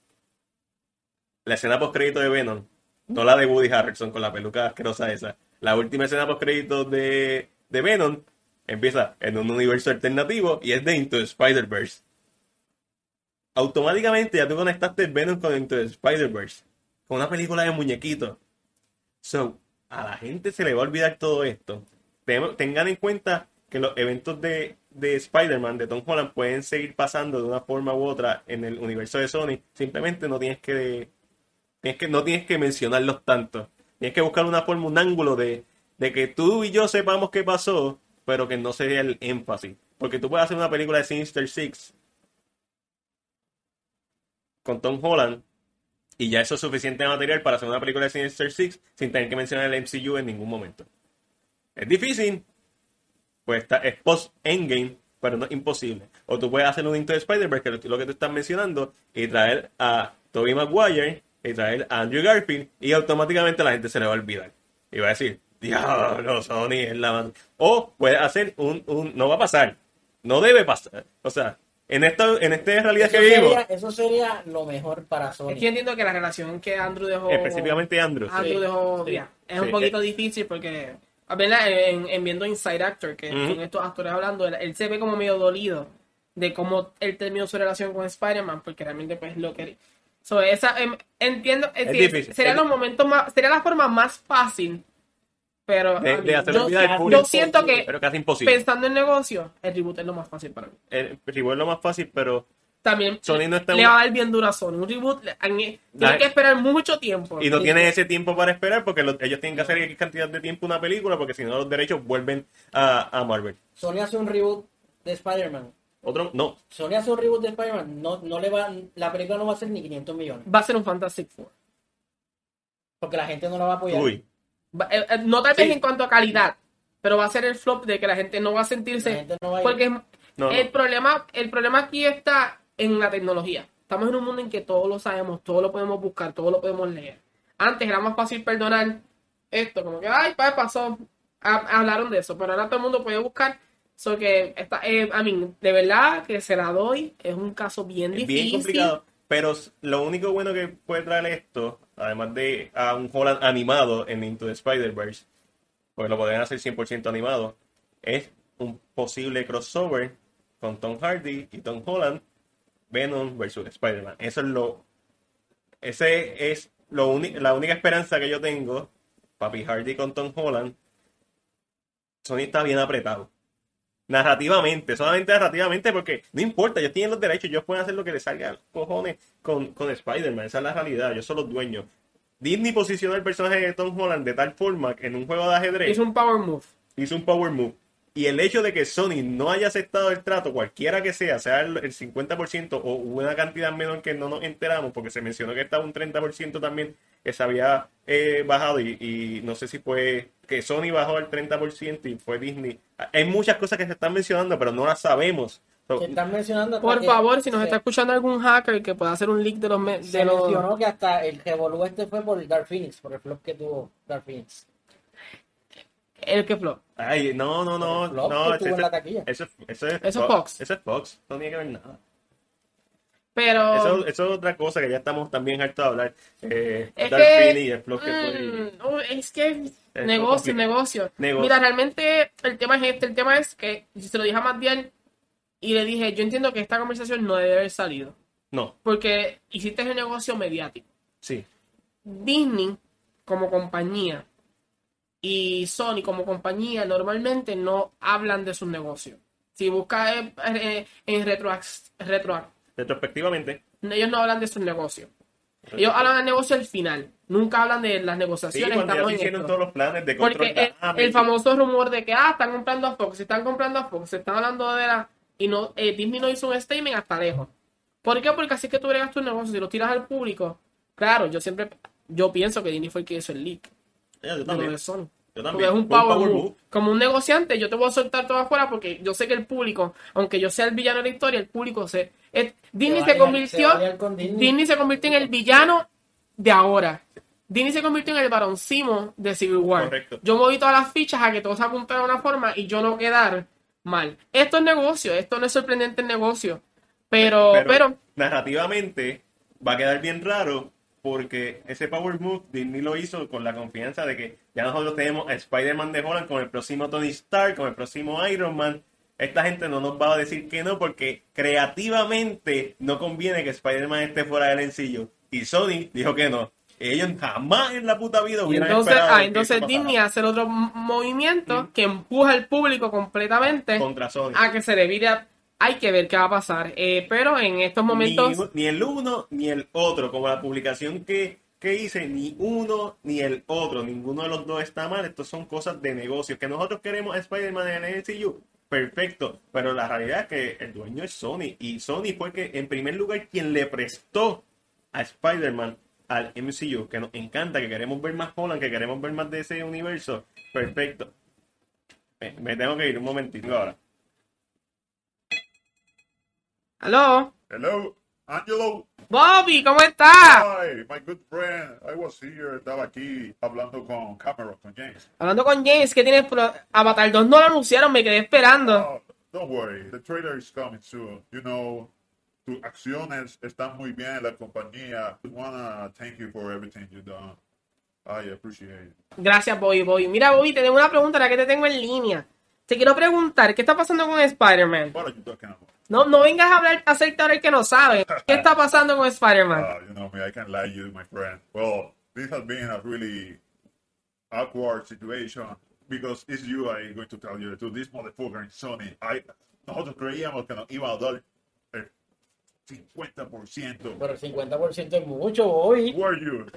La escena post crédito de Venom, no la de Woody Harrelson con la peluca asquerosa esa. La última escena post crédito de, de Venom empieza en un universo alternativo y es de Into the Spider-Verse. Automáticamente ya tú conectaste Venom con Into the Spider-Verse, con una película de muñequitos. So, a la gente se le va a olvidar todo esto. Ten- Tengan en cuenta que los eventos de, de Spider-Man, de Tom Holland, pueden seguir pasando de una forma u otra en el universo de Sony. Simplemente no tienes que, tienes que, no tienes que mencionarlos tanto. Tienes que buscar una forma, un ángulo de, de que tú y yo sepamos qué pasó, pero que no se dé el énfasis. Porque tú puedes hacer una película de Sinister Six con Tom Holland y ya eso es suficiente material para hacer una película de Sinister Six sin tener que mencionar el M C U en ningún momento. Es difícil, pues está, es post-Endgame, pero no es imposible. O tú puedes hacer un Into the Spider-Verse, que es lo que tú estás mencionando, y traer a Tobey Maguire, y traer a Andrew Garfield, y automáticamente la gente se le va a olvidar. Y va a decir, diablo, Sony es la mano. O puedes hacer un, un... No va a pasar. No debe pasar. O sea, en esta, en esta realidad Eso que vivimos, sería, eso sería lo mejor para Sony. Es que yo entiendo que la relación que Andrew dejó... específicamente Andrew. Andrew Sí, dejó... sí, ya, es sí. un poquito difícil porque... A ver, en, en viendo Inside Actor, que Ujú. son estos actores hablando, él, él se ve como medio dolido de cómo él terminó su relación con Spider-Man, porque realmente pues lo que... So, esa, em, entiendo, es Es decir, difícil. serían Es- los momentos más... Sería la forma más fácil, pero... De, a mí, de hacer yo, olvidar al yo público. yo siento que Pero casi imposible. pensando en negocio, el reboot es lo más fácil para mí. El reboot es lo más fácil, pero También Sony no está le muy- va a dar bien duro a Sony. Un reboot, le- tiene La- que esperar mucho tiempo. y no tiene ese tiempo para esperar porque los- ellos tienen que hacer X cantidad de tiempo una película porque si no los derechos vuelven a, a Marvel. Sony hace un reboot de Spider-Man Otro, no. Sony hace un reboot de Spider-Man, no, no le va, la película no va a ser ni quinientos millones. Va a ser un Fantastic Four. Porque la gente no la va a apoyar. Uy. Va- eh, eh, no tal vez Sí. en cuanto a calidad, pero va a ser el flop de que la gente no va a La sentirse. gente no va a ir. Porque No, no. el problema, el problema aquí está en la tecnología. Estamos en un mundo en que todo lo sabemos, todo lo podemos buscar, todo lo podemos leer. Antes era más fácil perdonar esto, como que, ay, pues pasó. Ha- hablaron de eso, pero ahora todo el mundo puede buscar. So que está, eh, I mean, de verdad que se la doy. Es un caso bien Es difícil. bien complicado. Pero s- lo único bueno que puede traer esto, además de a un Holland animado en Into the Spider-Verse, porque lo podrían hacer cien por ciento animado, es un posible crossover con Tom Hardy y Tom Holland, Venom versus Spider-Man. Eso es lo. Ese es lo uni- la única esperanza que yo tengo. Papi Hardy con Tom Holland. Sony está bien apretado. Narrativamente, solamente narrativamente, porque no importa, ellos tienen los derechos, ellos pueden hacer lo que les salga a los cojones con, con Spider-Man, esa es la realidad, ellos son los dueños. Disney posicionó el personaje de Tom Holland de tal forma que en un juego de ajedrez Es un power move. hizo un power move. Y el hecho de que Sony no haya aceptado el trato, cualquiera que sea, sea el, el cincuenta por ciento o una cantidad menor que no nos enteramos, porque se mencionó que estaba un treinta por ciento también que se había eh, bajado y, y no sé si fue que Sony bajó al treinta por ciento y fue Disney. Hay muchas cosas que se están mencionando, pero no las sabemos. So, Se están mencionando hasta Por que favor, si nos se- está escuchando algún hacker que pueda hacer un leak de los... me- se de los... mencionó que hasta el revolú este fue por Dark Phoenix, por el flop que tuvo Dark Phoenix. El que flop. ay, no, no, no, El flop no, que ese- tuvo en la ese- taquilla. eso, es- eso es Eso es Fox. Eso es Fox, no tiene que ver nada. Pero... Eso, eso es otra cosa que ya estamos también hartos de hablar. Eh, Es Dark que, Phoenix y el flop que fue. mm, oh, es que Es negocio, complicado. negocio, Negocio. Mira, realmente el tema es este. El tema es que se lo dije a Matiel y le dije, yo entiendo que esta conversación no debe haber salido. No, Porque hiciste el negocio mediático. sí. Disney como compañía y Sony como compañía normalmente no hablan de sus negocios. Si buscas eh, eh, en retro, retro Retrospectivamente. ellos no hablan de sus negocios. Ellos hablan del negocio al final. Nunca hablan de las Sí, negociaciones. cuando ya estamos se en hicieron esto. todos los planes de Porque control el, damage. el famoso rumor de que ah, están comprando a Fox, están comprando a Fox, se están hablando de la... Y no, eh, Disney no hizo un statement hasta lejos. ¿Por qué? Porque así es que tú bregas tu negocio, si lo tiras al público. Claro, yo siempre, yo pienso que Disney fue el que hizo el leak Ya, yo de lo también. de Sony. Yo Porque también. es un Fue power, move. Como un negociante, yo te voy a soltar todo afuera porque yo sé que el público, aunque yo sea el villano de la historia, el público se... es- Disney va se, a liar- convirtió... se va a liar con Disney. Disney se convirtió en el villano de ahora. Disney se convirtió en el Barón Simo de Civil War. Correcto. Yo moví todas las fichas a que todo se apuntara de una forma y yo no quedar mal. Esto es negocio, esto no es sorprendente en negocio. Pero, pero, narrativamente va a quedar bien raro porque ese Power Move Disney lo hizo con la confianza de que ya nosotros tenemos a Spider-Man de Holland con el próximo Tony Stark, con el próximo Iron Man. Esta gente no nos va a decir que no porque creativamente no conviene que Spider-Man esté fuera del sencillo. Y Sony dijo que no. Ellos jamás en la puta vida y hubieran entonces, esperado ah, que entonces eso pasara Disney hace el otro m- movimiento que empuja al público completamente contra Sony. a que se le vire a- Hay que ver qué va a pasar. Eh, pero en estos momentos... Ni, ni el uno ni el otro, como la publicación que, que hice, ni uno ni el otro, ninguno de los dos está mal. Estos son cosas de negocios. Que nosotros queremos a Spider-Man en el M C U, perfecto, pero la realidad es que el dueño es Sony, y Sony fue que en primer lugar quien le prestó a Spider-Man al M C U, que nos encanta, que queremos ver más Holland, que queremos ver más de ese universo, perfecto. Me, me tengo que ir un momentito ahora. ¿Aló? Hello, Angelo. Bobby, ¿cómo estás? Hi, my good friend. I was here, estaba aquí hablando con Cameron, con James. Hablando con James, ¿qué tienes? Pro- Avatar dos no lo anunciaron, me quedé esperando. Oh, don't worry, the trailer is coming soon. You know, tus acciones están muy bien en la compañía. I wanna thank you for everything you've done. I appreciate it. Gracias, Bobby, Bobby. Mira, Bobby, te tengo una pregunta, la que te tengo en línea. Te quiero preguntar, ¿qué está pasando con Spider-Man? What are you talking about? No, no vengas a hablar, a hacerte ahora el que no sabe. ¿Qué está pasando con Spider-Man? Uh, you know me, I can't lie to you, my friend. Well, this has been a really awkward situation because it's you I'm going to tell you to this motherfucker in Sony. I, nosotros creíamos que nos iba a dar el cincuenta por ciento. Pero el cincuenta por ciento es mucho, Bobby. Who are you?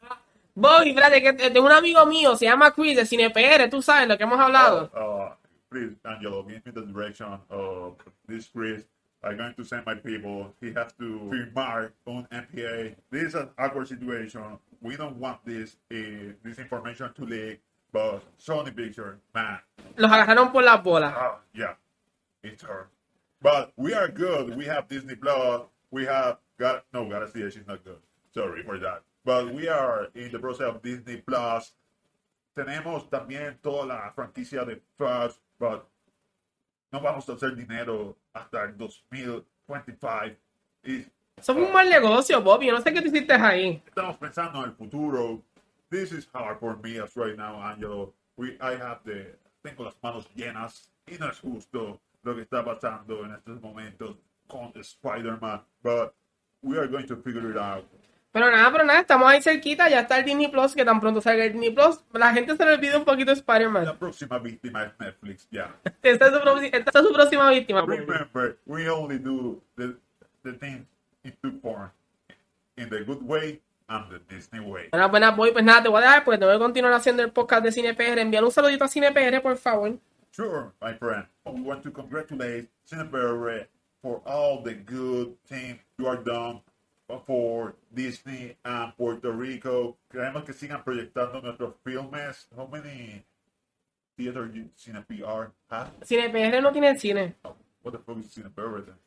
Bobby, espérate, que tengo un amigo mío, se llama Chris de Cine P R, tú sabes lo que hemos hablado. Uh, please, Angelo, give me the direction of this script. I'm going to send my people. He has to firmar on M P A. This is an awkward situation. We don't want this uh, this information to leak, but Sony Pictures, man, Los agarraron por las bolas. oh, yeah, it's her. But we are good. We have Disney Plus. We have got no Garcia. She's not good. Sorry for that. But we are in the process of Disney Plus. Tenemos también toda la franquicia de Fox, but no vamos a hacer dinero hasta el dos mil veinticinco. Y Eso fue un mal negocio, Bobby. Yo no sé qué tú hiciste ahí. estamos pensando en el futuro. This is hard for me as right now, Angelo. We, I have the, tengo las manos llenas y no es justo lo que está pasando en estos momentos con Spider-Man. But we are going to figure it out. Pero nada, pero nada, estamos ahí cerquita. Ya está el Disney Plus, que tan pronto salga el Disney Plus. La gente se le olvida un poquito de La Spider-Man. próxima víctima es Netflix, ya. Esta es su, pro- esta es su próxima víctima. Bobby. Remember, we only do the, the thing in two forms. In the good way and the Disney way. Buenas, buenas, Bobby. Pues nada, te voy a dejar porque tengo que continuar haciendo el podcast de Cine P R. Enviar un saludito a Cine P R, por favor. Sure, my friend. We want to congratulate Cineberry for all the good things you are done for Disney and Puerto Rico. Queremos que sigan proyectando nuestros filmes. How many theater you Cine P R have? Cine P R no tiene cine. Oh, what the fuck is Cineberry then?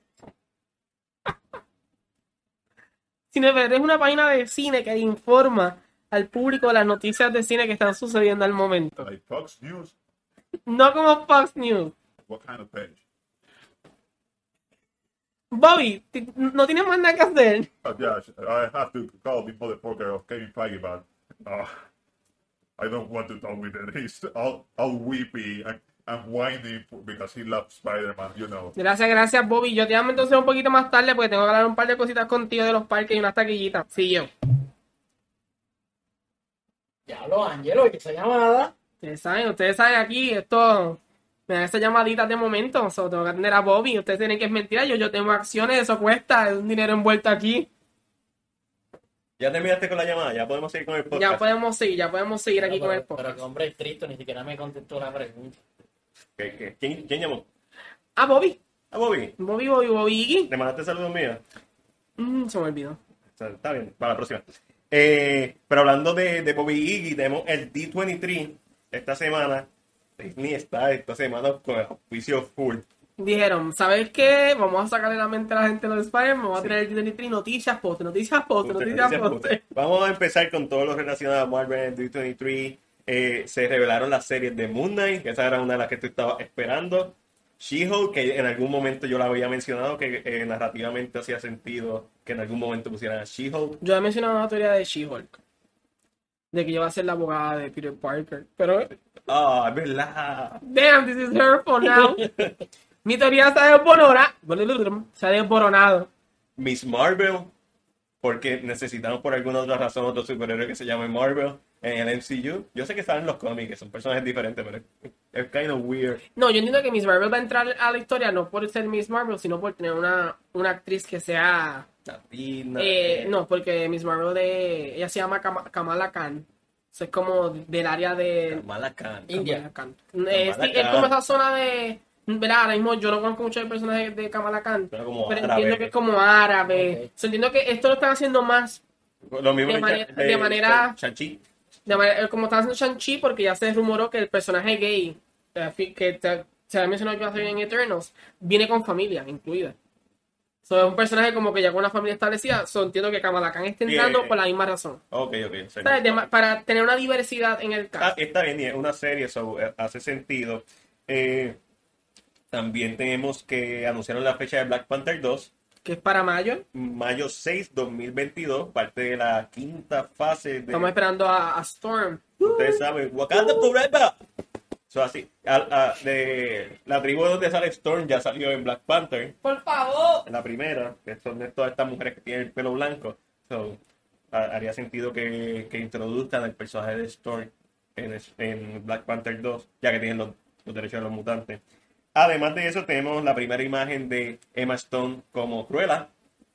Cine P R es una página de cine que informa al público de las noticias de cine que están sucediendo al momento. Like Fox News? No como Fox News. What kind of page? Bobby, ti- no tienes más nada que hacer. Oh, yeah, I have to call the motherfucker of Kevin Feige, but uh, I don't want to talk with him. He's all, all weepy and, and whining because he loves Spider-Man, you know. Gracias, gracias, Bobby. Yo te llamo entonces un poquito más tarde porque tengo que hablar un par de cositas contigo de los parques y unas taquillitas. Sí, yo. Ya lo, Angelo, y esa llamada. Ustedes saben, ustedes saben aquí, esto me dan esas llamaditas de momento. So, tengo que atender a Bobby. Ustedes tienen que es mentira. Yo, yo tengo acciones, eso cuesta, es un dinero envuelto aquí. Ya terminaste con la llamada, ya podemos seguir con el podcast. Ya podemos seguir, ya podemos seguir aquí pero, con el pero podcast. que hombre estricto, ni siquiera me contestó la pregunta. ¿Qué- qué- ¿Quién, quién llamó? Ah, Bobby. ¿A Bobby? Bobby, Bobby, Bobby. Iggy. ¿Le mandaste saludos míos? Mm, se me olvidó. O sea, está bien, para la próxima. Eh, pero hablando de, de Bobby Iggy, tenemos el D veintitrés esta semana. Disney está esta semana con el auspicio full. Dijeron, ¿sabes qué? Vamos a sacarle la mente a la gente de los Spider-Man. Vamos a tener el D veintitrés, noticias, post, noticias, post, noticias, Noticias post. punto. Vamos a empezar con todo lo relacionado a Marvel D veintitrés. Eh, se revelaron las series de Moon Knight, que esa era una de las que tú estabas esperando. She-Hulk, que en algún momento yo la había mencionado, que eh, narrativamente hacía sentido que en algún momento pusieran a She-Hulk. Yo he mencionado una teoría de She-Hulk. De que ella va a ser la abogada de Peter Parker. Pero, Ah, es verdad. damn, this is her for now. Mi teoría se ha desboronado. Se ha desboronado. Miss Marvel, porque necesitamos por alguna otra razón otro superhéroe que se llame Marvel en el M C U. Yo sé que están en los cómics, que son personajes diferentes, pero es, es kind of weird. No, yo entiendo que Miss Marvel va a entrar a la historia no por ser Miss Marvel, sino por tener una, una actriz que sea... Latina, Eh, eh, no, porque Miss Marvel de... Ella se llama Kama- Kamala Khan. Eso es como del área de... Kamala Khan. India. Kamala Khan. Es, Kamala es Khan. como esa zona de... ¿Verdad? Ahora mismo yo no conozco mucho el personaje de Kamala Khan. Pero como Pero árabe. entiendo que es como árabe. Ok. So, entiendo que esto lo están haciendo más Lo mismo de que manera- Sha- de manera- Shang-Chi. de manera- como están haciendo Shang-Chi, porque ya se rumoró que el personaje gay eh, fi- que te- se había mencionado que va a salir en Eternals viene con familia incluida. So, es un personaje como que ya con una familia establecida. So, entiendo que Kamala Khan está entrando Bien. por la misma razón. Ok, ok. sí. ¿Sabes? De ma- para tener una diversidad en el Ah, cast. está bien, y es una serie, so, eh, hace sentido. Eh, también tenemos que anunciaron la fecha de Black Panther dos, Que es para mayo. mayo seis, dos mil veintidós, parte de la quinta fase de... Estamos esperando a, a Storm. Ustedes saben, Wakanda Forever. So, así, a- a- de la tribu donde sale Storm ya salió en Black Panther, Por favor. en la primera, que son de todas estas mujeres que tienen el pelo blanco. So, ha- haría sentido que, que introduzcan el personaje de Storm en, es- en Black Panther dos, ya que tienen los, los derechos de los mutantes. Además de eso, tenemos la primera imagen de Emma Stone como Cruella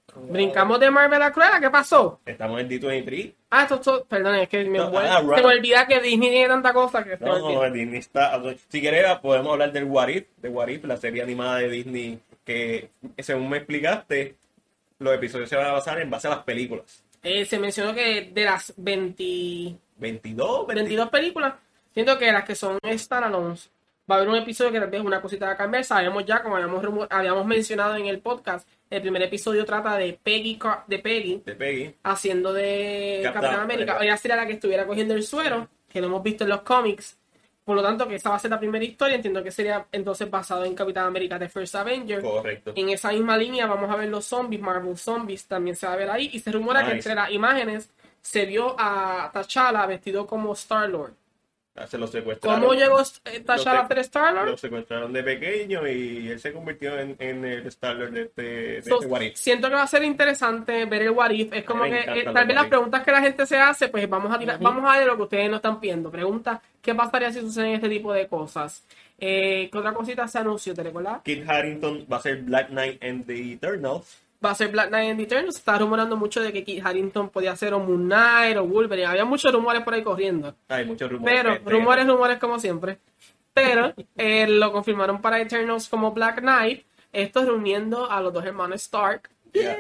Brincamos de Marvel a Cruella, ¿qué pasó? Estamos en D veintitrés. Ah, esto, esto perdón, es que me, No, vuelve- ah, se right. me olvida que Disney tiene tanta cosa que se me No, olvida. Disney está. Si quieres, podemos hablar del What If, de What If, la serie animada de Disney, que según me explicaste, los episodios se van a basar en base a las películas. Eh, se mencionó que de las veinte, veintidós, veinte veintidós películas, siento que las que son standalones, va a haber un episodio que tal vez una cosita a cambiar. Sabemos ya, como habíamos, rumo- habíamos mencionado en el podcast, el primer episodio trata de Peggy, Car- de Peggy de Peggy. haciendo de Capitán Capitán América. América. Ella sería la que estuviera cogiendo el suero, que lo hemos visto en los cómics. Por lo tanto, que esa va a ser la primera historia. Entiendo que sería entonces basado en Capitán América The First Avenger. Correcto. En esa misma línea vamos a ver los zombies, Marvel Zombies también se va a ver ahí. Y se rumora que Nice. entre las imágenes se vio a T'Challa vestido como Star-Lord. Ah, Se lo secuestraron. ¿Cómo llegó eh, T'Challa Lo a ser Star-Lord? Lo secuestraron de pequeño y él se convirtió en, en el Star-Lord de este, de So, este What If. siento que va a ser interesante ver el What If. Es como Me que encantan eh, los tal vez What las If. preguntas que la gente se hace, pues vamos a tirar, Ujú. vamos a ver lo que ustedes no están viendo. Pregunta, ¿qué pasaría si suceden este tipo de cosas? Eh, ¿Qué otra cosita se anunció? ¿Te recuerdas? Kit Harington va a ser Black Knight and the Eternals. Va a ser Black Knight and the Eternals. Se está rumorando mucho de que Kit Harington podía ser o Moon Knight o Wolverine. Había muchos rumores por ahí corriendo. Hay muchos rumores. Pero, Este, rumores, rumores como siempre. Pero eh, lo confirmaron para Eternals como Black Knight. Esto reuniendo a los dos hermanos Stark ya.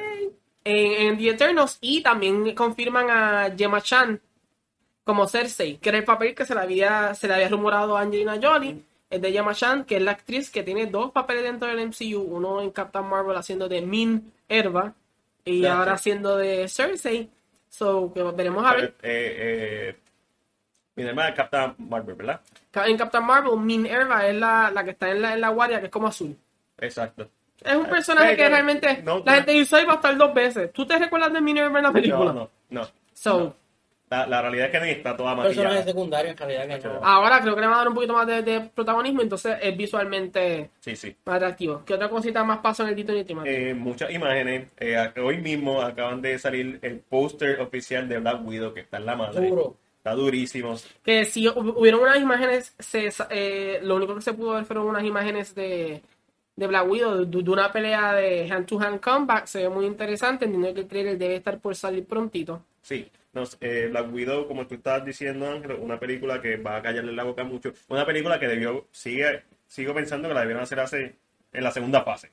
en, en The Eternals. Y también confirman a Gemma Chan como Cersei, que era el papel que se le había, se le había rumorado a Angelina Jolie. Es de Gemma Chan, que es la actriz que tiene dos papeles dentro del M C U. Uno en Captain Marvel haciendo de Min Erva y Exacto. ahora haciendo de Cersei. So, que veremos a ver. Eh, eh, mi hermana es Captain Marvel, ¿verdad? En Captain Marvel, Min Erva es la, la que está en la, en la guardia, que es como azul. Exacto. Es un personaje Eh, que no, realmente no, la no. gente dice, "Ay, va a estar dos veces". ¿Tú te recuerdas de Min Erva en la película? No, no, no. So, La, la realidad es que ni está toda Personaje maquillada. secundario en realidad que no. ahora creo que le va a dar un poquito más de, de protagonismo, entonces es visualmente Sí, sí. más atractivo. ¿Qué otra cosita más pasó en el Dito Nitty, Mati? Eh, muchas imágenes. Eh, hoy mismo acaban de salir el póster oficial de Black Widow, que está en la madre. Duro. Está durísimo. Que si hu- hubieron unas imágenes, se, eh, lo único que se pudo ver fueron unas imágenes de, de Black Widow, de, de una pelea de hand to hand combat. Se ve muy interesante, entiendo que el trailer debe estar por salir prontito. Sí. Nos, eh, Black Widow, como tú estabas diciendo, Ángel, una película que va a callarle la boca mucho. Una película que debió, sigue, sigo pensando que la debieron hacer hace, en la segunda fase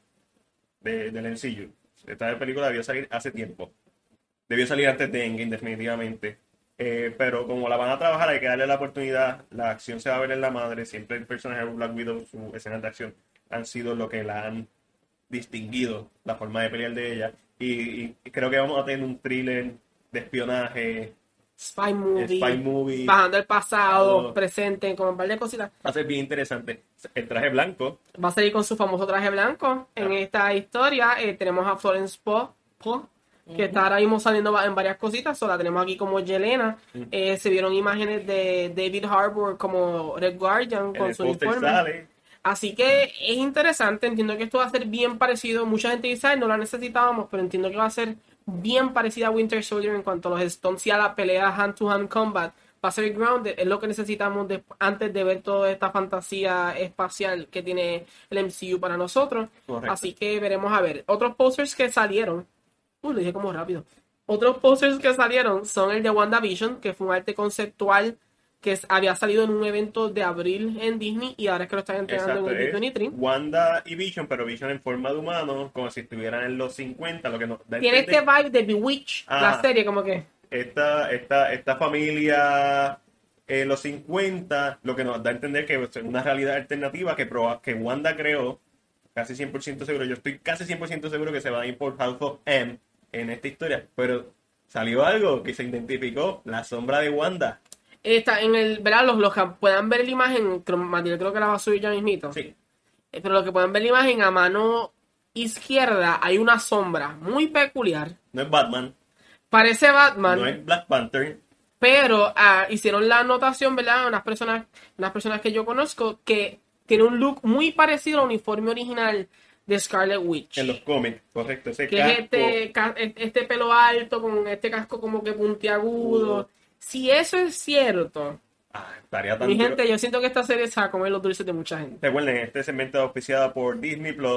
de, del M C U. Esta película debió salir hace tiempo. Debió salir antes de Endgame, definitivamente. Eh, pero como la van a trabajar, hay que darle la oportunidad. La acción se va a ver en la madre. Siempre el personaje de Black Widow, sus escenas de acción han sido lo que la han distinguido, la forma de pelear de ella. Y, y creo que vamos a tener un thriller de espionaje, Spy movie, spy movie. bajando el pasado, Pasado. presente, con un par de cositas. Va a ser bien interesante. El traje blanco. Va a salir con su famoso traje blanco. En Ah. esta historia eh, tenemos a Florence Pugh, Pugh, que está ahora mismo saliendo va- en varias cositas. So, la tenemos aquí como Yelena. Mm. Eh, se vieron imágenes de David Harbour como Red Guardian En con el su póster uniforme. sale. Así que es interesante. Entiendo que esto va a ser bien parecido. Mucha gente dice, "Ay, no la necesitábamos", pero entiendo que va a ser bien parecida a Winter Soldier en cuanto a los stunts y a la pelea hand to hand combat. Va a ser grounded, es lo que necesitamos de- antes de ver toda esta fantasía espacial que tiene el M C U para nosotros. Correcto. Así que veremos a ver. Otros posters que salieron. Uy, lo dije como rápido. Otros posters que salieron son el de WandaVision, que fue un arte conceptual que es- había salido en un evento de abril en Disney y ahora es que lo están entregando Exacto, en el es D veintitrés. Wanda y Vision, pero Vision en forma de humano, como si estuvieran en los cincuenta, lo que nos da a Tiene este entender- vibe de Bewitch, Ah. la serie, como que. esta, esta, esta familia en los cincuenta, lo que nos da a entender que es una realidad alternativa que, proba- que Wanda creó, casi cien por ciento seguro, yo estoy casi cien por ciento seguro que se va a ir por House of M en esta historia, pero salió algo que se identificó, la sombra de Wanda. Está en el, ¿verdad? Los, los que puedan ver la imagen, creo, Matilde creo que la va a subir ya mismito. Sí, Eh, Pero los que puedan ver la imagen a mano izquierda hay una sombra muy peculiar. no es Batman, Parece Batman, no es Black Panther, pero ah, hicieron la anotación, ¿verdad? Unas personas, unas personas que yo conozco que tiene un look muy parecido al uniforme original de Scarlet Witch. en los cómics, correcto, ese Que casco. es este, ca- este pelo alto con este casco como que puntiagudo. Uh. Si eso es cierto, Ah, estaría tan mi duro. gente, yo siento que esta serie se va a comer los dulces de mucha gente. Recuerden, este segmento es auspiciado por Disney Plus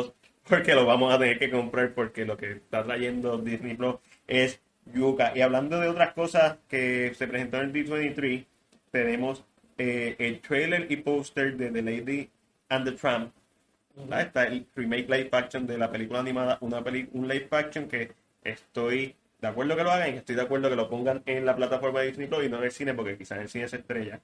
porque lo vamos a tener que comprar porque lo que está trayendo Disney Plus es yuca. Y hablando de otras cosas que se presentó en el D veintitrés, tenemos eh, el trailer y póster de The Lady and the Tramp. ¿Verdad? Está el remake live action de la película animada, una peli un live action que estoy de acuerdo que lo hagan y estoy de acuerdo que lo pongan en la plataforma de Disney Plus y no en el cine, porque quizás en el cine se estrella.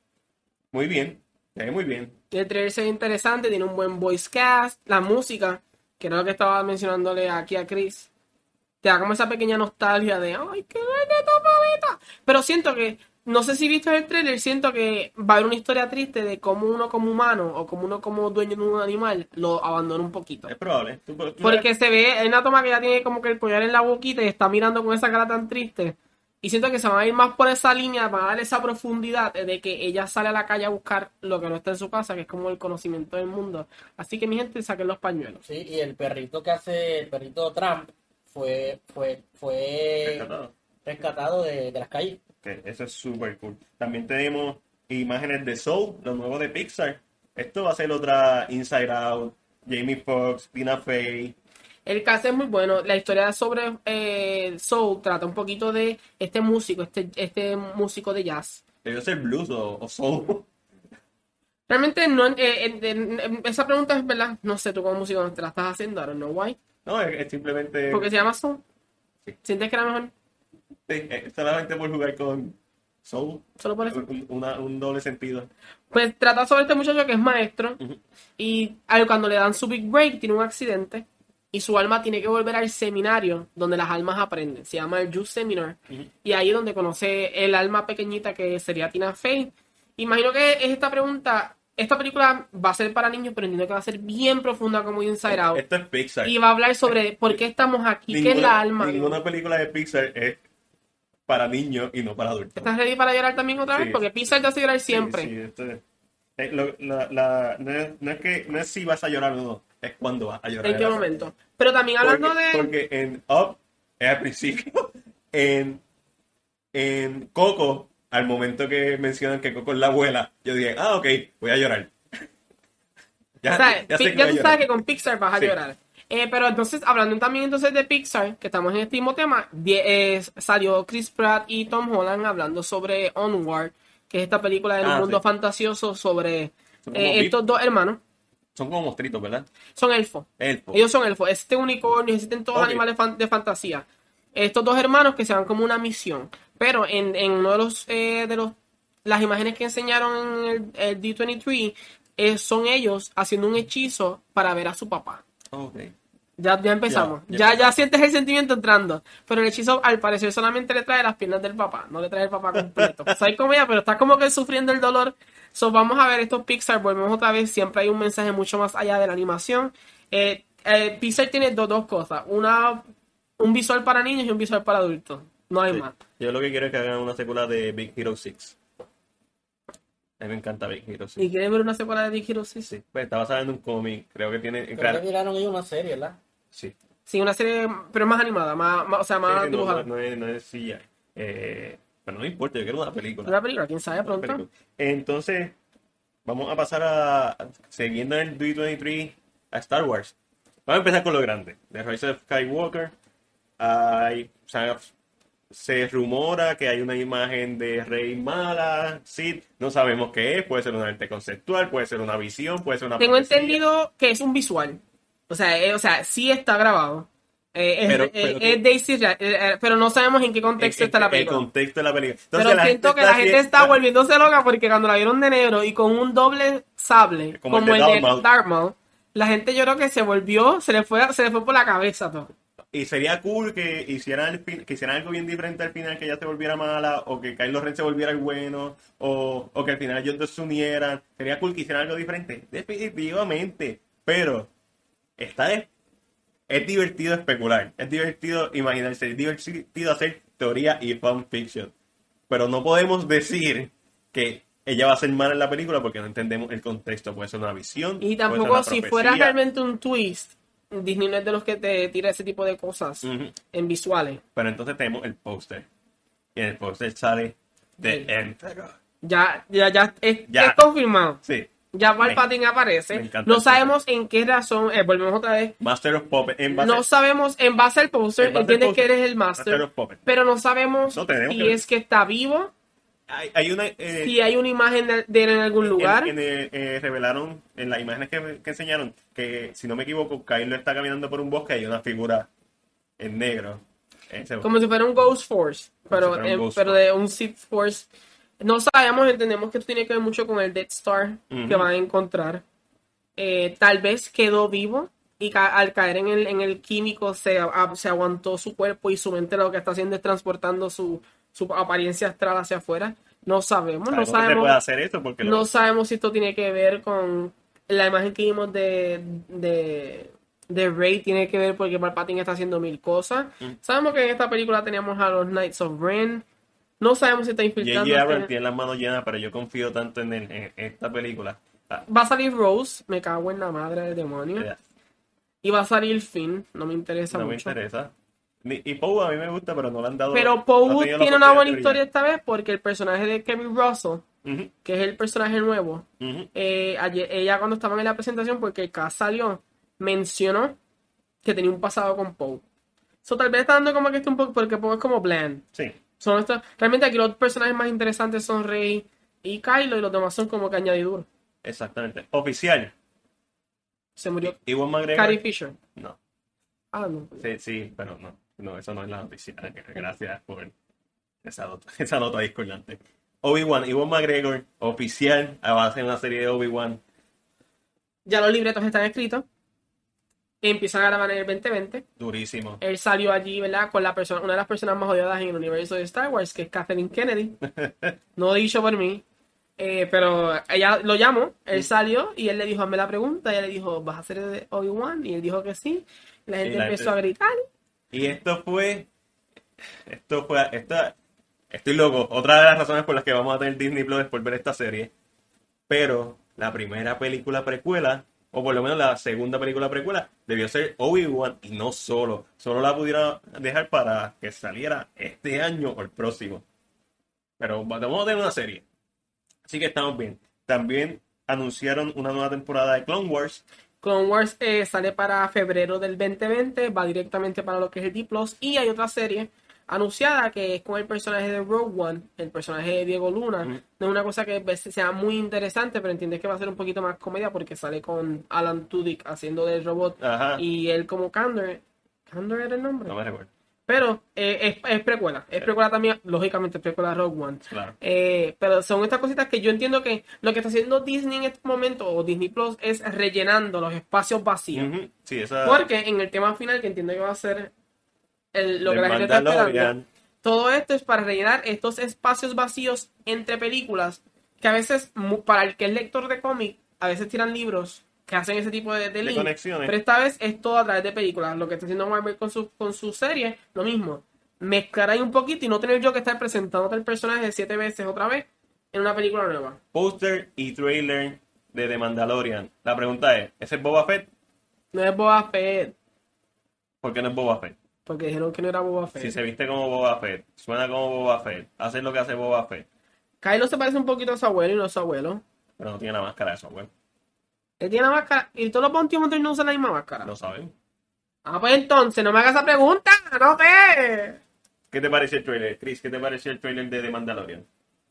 Muy bien, se ve muy bien. El trailer se ve interesante, tiene un buen voice cast, la música, que era lo que estaba mencionándole aquí a Chris, te da como esa pequeña nostalgia de ¡ay, qué bonita paleta! Pero siento que, no sé si viste el trailer, siento que va a haber una historia triste de cómo uno como humano o como uno como dueño de un animal lo abandona un poquito. Es probable. ¿Tú, tú Porque se ve, hay una toma que ya tiene como que el collar en la boquita y está mirando con esa cara tan triste. Y siento que se van a ir más por esa línea, van a dar esa profundidad de que ella sale a la calle a buscar lo que no está en su casa, que es como el conocimiento del mundo. Así que mi gente, saquen los pañuelos. Sí, y el perrito que hace, el perrito Trump, fue, fue, fue rescatado? rescatado de, de las calles. Que eso es súper cool. También tenemos imágenes de Soul, lo nuevo de Pixar. Esto va a ser otra Inside Out, Jamie Foxx, Tina Fey. El caso es muy bueno. La historia sobre eh, Soul trata un poquito de este músico, este, este músico de jazz. Debió ser blues o, o soul. Realmente no, eh, eh, eh, esa pregunta es verdad. No sé tú como músico no te la estás haciendo, I don't know why. No, es, es simplemente... Porque se llama Soul. Sí. ¿Sientes que era mejor? Sí, es solamente por jugar con soul. Solo por eso. Un, una- un doble sentido. Pues trata sobre este muchacho que es maestro Ujú. y al- cuando le dan su big break tiene un accidente y su alma tiene que volver al seminario donde las almas aprenden. Se llama el Youth Seminar. Ujú. Y ahí es donde conoce el alma pequeñita que sería Tina Fey. Imagino que es esta pregunta, esta película va a ser para niños, pero entiendo que va a ser bien profunda como Inside Out. Esto es Pixar. Y va a hablar sobre por qué estamos aquí, qué es la alma. Ninguna película de Pixar es para niños y no para adultos. ¿Estás ready para llorar también otra vez? Sí. Porque Pixar te hace llorar siempre. Sí, sí, esto es- eh, lo- la- la- no, es, no es que no es si vas a llorar o no, es cuándo vas a llorar. ¿En qué momento? Pero también hablando Porque, de... porque en Up es al principio, en, en Coco, al momento que mencionan que Coco es la abuela, yo dije, ah, ok, voy a llorar. ya, O sea, ya sé Pi- que ya voy a tú llorar. sabes que con Pixar vas a Sí. llorar. Eh, pero entonces, hablando también entonces de Pixar, que estamos en este mismo tema, die- eh, salió Chris Pratt y Tom Holland hablando sobre Onward, que es esta película del Ah, mundo sí. fantasioso sobre Son como eh, VIP. estos dos hermanos. Son como monstruitos, ¿verdad? Son elfos. Elfos. Ellos son elfos. Este unicornio, existen todos Ok. los animales fan- de fantasía. Estos dos hermanos que se van como una misión. Pero en, en uno de los, eh, de los las imágenes que enseñaron en el, el D veintitrés eh, son ellos haciendo un hechizo para ver a su papá. Ok. Ya, ya empezamos. Ya, Ya, ya ya, sientes el sentimiento entrando. Pero el hechizo, al parecer, solamente le trae las piernas del papá. No le trae el papá completo. Pues hay como ella, pero está como que sufriendo el dolor. So, vamos a ver estos Pixar. Volvemos otra vez. Siempre hay un mensaje mucho más allá de la animación. Eh, eh, Pixar tiene dos, dos cosas. Una, un visual para niños y un visual para adultos. No hay Sí. más. Yo lo que quiero es que hagan una secuela de Big Hero seis. A mí me encanta Big Hero seis. ¿Y quieren ver una secuela de Big Hero seis? Sí, pues está basada en un cómic, creo que tiene... Creo claro, que tiraron ellos una serie, ¿verdad? sí. Sí, una serie, pero más animada. Más, más- o sea, más Sí, sí, no, dibujada. no, no es, no es C G I. Eh, pero no me importa, yo quiero una película. Una película, quién sabe Una pronto. película. Entonces, vamos a pasar a, siguiendo en el D veintitrés, a Star Wars. Vamos a empezar con lo grande. The Rise of Skywalker. Hay, o sea, se rumora que hay una imagen de Rey mala, Sith, no sabemos qué es, puede ser una arte conceptual, puede ser una visión, puede ser una Tengo profecía. entendido que es un visual. O sea, eh, o sea, sí está grabado. Eh, es, Pero- eh, pero es que- Daisy Ridley, eh, eh, pero no sabemos en qué contexto El- está la el- película. El contexto de la película. Entonces, Pero siento que la gente haciendo- está volviéndose loca porque cuando la vieron de negro y con un doble sable, Como como, el el de de Darth Maul. Darth Maul, la gente yo creo que se volvió, se le fue, se le fue por la cabeza todo. Y sería cool que hicieran, el fin- que hicieran algo bien diferente al final, que ella se volviera mala, o que Kylo Ren se volviera el bueno, o, o que al final ellos dos se unieran. Sería cool que hicieran algo diferente. Definitivamente. Pero está es, es divertido especular, es divertido imaginarse, es divertido hacer teoría y fanfiction. Pero no podemos decir que ella va a ser mala en la película porque no entendemos el contexto. Puede ser una visión. Y puede ser tampoco una si profecía. fuera realmente un twist, Disney no es de los que te tira ese tipo de cosas Ujú. en visuales. Pero entonces tenemos el póster. Y en el póster sale The Sí. Emperor. Ya, ya, ya, es, Ya. es confirmado. Sí. Ya Me- Palpatine me aparece. encanta No el sabemos en qué razón. eh, volvemos otra vez. Master of Puppets. En base, No sabemos, en base al poster, En base al entiendes póster, que eres el Master Master. of Puppets. Pero no sabemos No tenemos si que ver. es que está vivo, Hay, hay una... eh, si hay una imagen de de él en algún en- lugar. en, eh, eh, revelaron en las imágenes que, que enseñaron que, si no me equivoco, Kylo está caminando por un bosque y hay una figura en negro. Ese- Como si fuera un Ghost Force, pero, si fuera un en- Ghost pero Force. de un Sith Force. No sabemos, entendemos que esto tiene que ver mucho con el Death Star Ujú. que van a encontrar. Eh, tal vez quedó vivo y ca- al caer en el, en el químico se, a- se aguantó su cuerpo y su mente lo que está haciendo es transportando su, su apariencia astral hacia afuera. No sabemos, no Sabemos que se sabemos. puede hacer esto porque lo- No sabemos si esto tiene que ver con la imagen que vimos de, de, de Rey, tiene que ver porque Palpatine está haciendo mil cosas. Mm. Sabemos que en esta película teníamos a los Knights of Ren. No sabemos si está J infiltrando. J. Abrams tiene las manos llenas, pero yo confío tanto en, el- en esta película. Ah, Va a salir Rose, me cago en la madre del demonio. ya, Y va a salir Finn, no me interesa no me mucho. interesa. Ni- Y Poe a mí me gusta, pero no le han dado. Pero no Poe ha tenido la tiene una buena oportunidad de historia esta vez porque el personaje de Kevin Russell, brillar. Ujú, que es el personaje nuevo, ujú. eh, ayer, ella cuando estaban en la presentación, porque el cast salió, mencionó que tenía un pasado con Poe. So, tal vez está dando como que esto un poco, porque Poe es como bland. Sí, Son estos, realmente aquí los personajes más interesantes son Rey y Kylo y los demás son como que añadiduras. exactamente. Oficial. Se murió Iwan McGregor. Carrie Fisher. No. Ah, no. Sí, sí, pero no. No, eso no es la noticia. Gracias por esa nota, esa nota discordante. Obi-Wan, Iwan McGregor, oficial, va a hacer una serie de Obi-Wan. Ya los libretos están escritos. Empiezan a grabar en el veinte veinte. Durísimo. Él salió allí, ¿verdad? Con la persona, una de las personas más odiadas en el universo de Star Wars, que es Kathleen Kennedy. No dicho por mí. Eh, pero ella lo llamó, él salió y él le dijo, hazme la pregunta. Ella le dijo, ¿vas a hacer de Obi-Wan? Y él dijo que sí. La gente la empezó gente- a gritar. Y esto fue. Esto fue. Esta, estoy loco. Otra de las razones por las que vamos a tener Disney Plus es por ver esta serie. Pero la primera película precuela, o por lo menos la segunda película precuela, debió ser Obi-Wan y no solo. Solo la pudieron dejar para que saliera este año o el próximo. Pero vamos a tener una serie. Así que estamos bien. También anunciaron una nueva temporada de Clone Wars. Clone Wars eh, sale para febrero del veinte veinte, va directamente para lo que es el D Plus. Y hay otra serie anunciada que es con el personaje de Rogue One, el personaje de Diego Luna. Mm. No es una cosa que ves- sea muy interesante, pero entiendes que va a ser un poquito más comedia porque sale con Alan Tudyk haciendo del robot Ajá. y él como Candor. ¿Candor era el nombre? No me recuerdo. Pero eh, es, es precuela. Es precuela también, lógicamente, es precuela de Rogue One. Claro. Eh, pero son estas cositas que yo entiendo que lo que está haciendo Disney en este momento, o Disney Plus, es rellenando los espacios vacíos. Ujú. Sí, esa. Porque en el tema final, que entiendo que va a ser el- lo que del la gente está esperando, Mandalorian. todo esto es para rellenar estos espacios vacíos entre películas, que a veces, mu- para el que es lector de cómic, a veces tiran libros que hacen ese tipo de, de De link. conexiones. Pero esta vez es todo a través de películas. Lo que está haciendo Marvel con su, con su serie, lo mismo. Mezclar ahí un poquito y no tener yo que estar presentándote el personaje siete veces otra vez en una película nueva. Póster y trailer de The Mandalorian. La pregunta es, ¿ese es Boba Fett? No es Boba Fett, ¿Por qué no es Boba Fett? porque dijeron que no era Boba Fett. Si se viste como Boba Fett, suena como Boba Fett, hace lo que hace Boba Fett, Kylo se parece un poquito a su abuelo y no a su abuelo. pero no tiene la máscara de eso, güey. Él tiene la máscara y todos los Bounty Hunters no usan la misma máscara. Lo saben. Ah, pues entonces, no me hagas esa pregunta, no sé. ¿Qué te pareció el trailer, Chris? ¿Qué te pareció el trailer de The Mandalorian?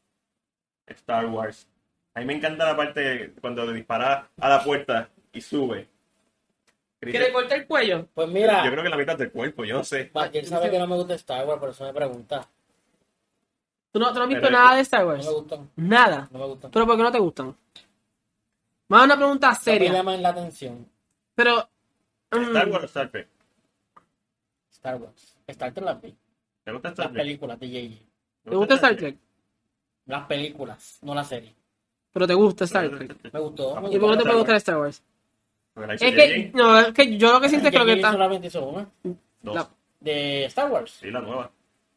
Star Wars. A mí me encanta la parte cuando le dispara a la puerta y sube. Chris, ¿Que le corte el cuello? Pues mira, yo creo que la mitad del cuerpo, yo no sé. Él sabe que no me gusta Star Wars, por eso me pregunta. ¿Tú no, tú no has visto Pero- nada de Star No Wars? me gustan, Nada. no me gustan. ¿Pero por qué no te gustan? Más una pregunta No me seria. llaman la atención. Pero... mm, Star Wars o Star Trek. Star Wars. Star Trek las vi. ¿Te gusta Las Star Trek? películas de J J. ¿Te gusta Star Trek? Las películas, no la serie. Pero te gusta Star Trek. Me gustó. Me ¿Y por qué no te gustó. puede gustar Star Wars? Porque la hizo Es J J. que, no, es que yo lo que siento es que lo que J J está... solamente hizo una. Dos. la- De Star Wars. Sí, la nueva.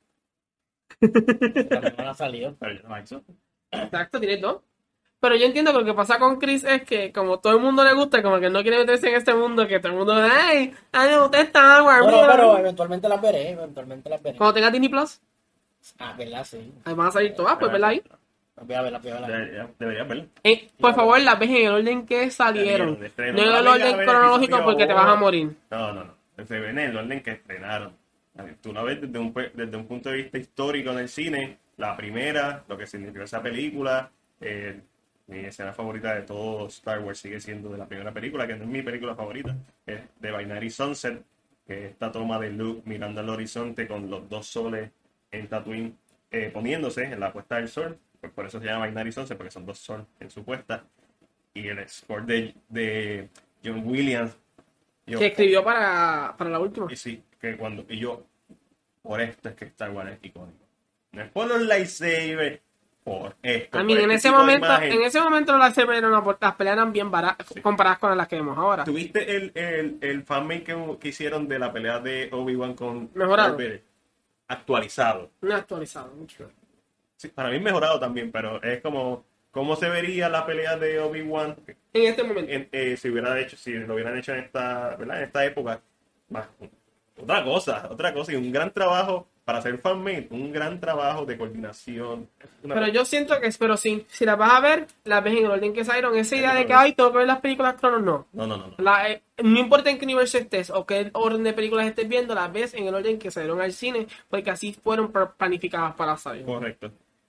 También no ha salido. Pero yo no la hizo. Exacto, tiene dos. Pero yo entiendo que lo que pasa con Chris es que como todo el mundo le gusta, como que no quiere meterse en este mundo, que todo el mundo, ay, ay, me gusta Star Wars. Bueno, mira". pero eventualmente las veré, eventualmente las veré. Cuando tenga Disney Plus, Ah, ¿verdad? Sí. ahí van a salir todas, pues, ¿verdad? Ahí. Voy a verla, voy a verla. Deberías deberías verla. Eh, por favor, las ves en el orden que salieron. De estreno. No en No el la vengas a orden ver cronológico episodio porque te vas a ahora. morir. No, no, no. Se ven en el orden que estrenaron. A ver, tú la ves desde un, pe- desde un punto de vista histórico en el cine. La primera, lo que significó esa película. eh, mi escena favorita de todo Star Wars sigue siendo de la primera película, que no es mi película favorita. Es de Binary Sunset, que es esta toma de Luke mirando al horizonte con los dos soles en Tatooine eh, poniéndose en la puesta del sol. Pues por eso se llama Binary Sunset, porque son dos soles en su puesta. Y el score de, de John Williams. Yo, Que escribió para, para la última. y sí, que cuando, y yo, por esto es que Star Wars es icónico. No es por los lightsabers, por esto. A por mí, en este ese tipo de momento, imagen. en ese momento las lightsabers eran una- las peleas eran bien baratas comparadas con las que vemos ahora. ¿Tuviste el, el, el fanmade que, que hicieron de la pelea de Obi-Wan con Mejorado. Darth Vader? Actualizado. No actualizado mucho. Sí, para mí mejorado también, pero es como cómo se vería la pelea de Obi-Wan En este momento. en- eh, si hubiera hecho, si lo hubieran hecho en esta, ¿verdad? En esta época. Más, otra cosa, otra cosa, y un gran trabajo para hacer fanmade, un gran trabajo de coordinación. Una- Pero yo siento que, pero sí, si las vas a ver, las ves en el orden que salieron. Esa idea de que, Claro. ay, tengo que ver las películas cronos, no. No, no, no, no. La, eh, no importa en qué universo estés o qué orden de películas estés viendo, las ves en el orden que salieron al cine, porque así fueron pr- planificadas para salir. Correcto.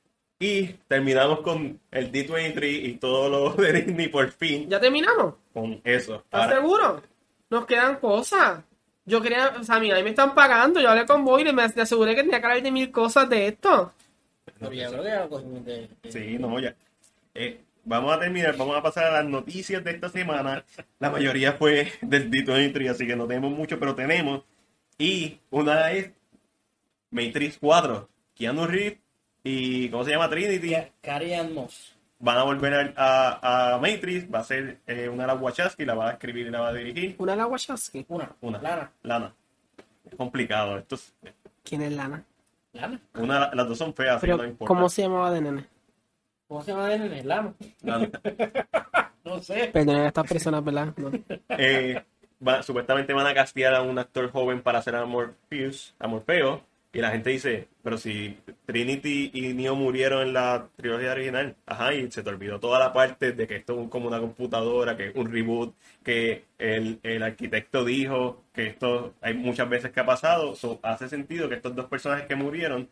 Y terminamos con el D veintitrés y todo lo de Disney por fin ¿Ya terminamos? con eso. ¿Estás Ahora, seguro? Nos quedan cosas. Yo quería, o sea, mira, ahí me están pagando. Yo hablé con Boy y me, me aseguré que tenía que hablar de mil cosas de esto. Pero yo creo que era algo de, de- sí, no, ya. Eh, vamos a terminar, vamos a pasar a las noticias de esta semana. La mayoría fue del D veintitrés, así que no tenemos mucho, pero tenemos. Y una es Matrix cuatro. Keanu Reeves y, ¿cómo se llama? Trinity. Ca- Carrie Ann Moss. Van a volver a, a Matrix. Va a ser eh, una de las Wachowski, la va a escribir y la va a dirigir. ¿Una la Wachowski? Una. Una. Lana. Lana. Es complicado. Esto es- ¿Quién es Lana? Lana. una, las dos son feas, así Pero, que no importa. ¿cómo se llamaba de nene? ¿Cómo se llama de nene? Lana. Lana. No sé. Perdonen a estas personas, ¿verdad? No. Eh, va- supuestamente van a castear a un actor joven para hacer a Morpheus, a Morfeo, y la gente dice, pero si Trinity y Neo murieron en la trilogía original, ajá, y se te olvidó toda la parte de que esto es como una computadora, que es un reboot, que el, el arquitecto dijo que esto hay muchas veces que ha pasado, so, hace sentido que estos dos personajes que murieron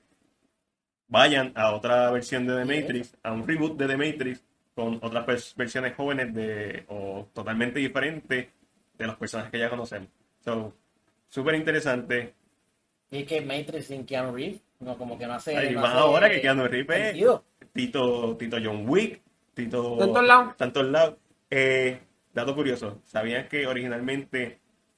vayan a otra versión de The Matrix, a un reboot de The Matrix, con otras vers- versiones jóvenes de o totalmente diferentes de los personajes que ya conocemos. So, súper interesante. Y que Matrix sin Keanu Reeves, no, como que no hace. Ahí no más hace ahora que Keanu Reeves es sentido. Tito, Tito John Wick, Tito... Tantos lados. Tantos lados. Eh, dato curioso, ¿sabían que originalmente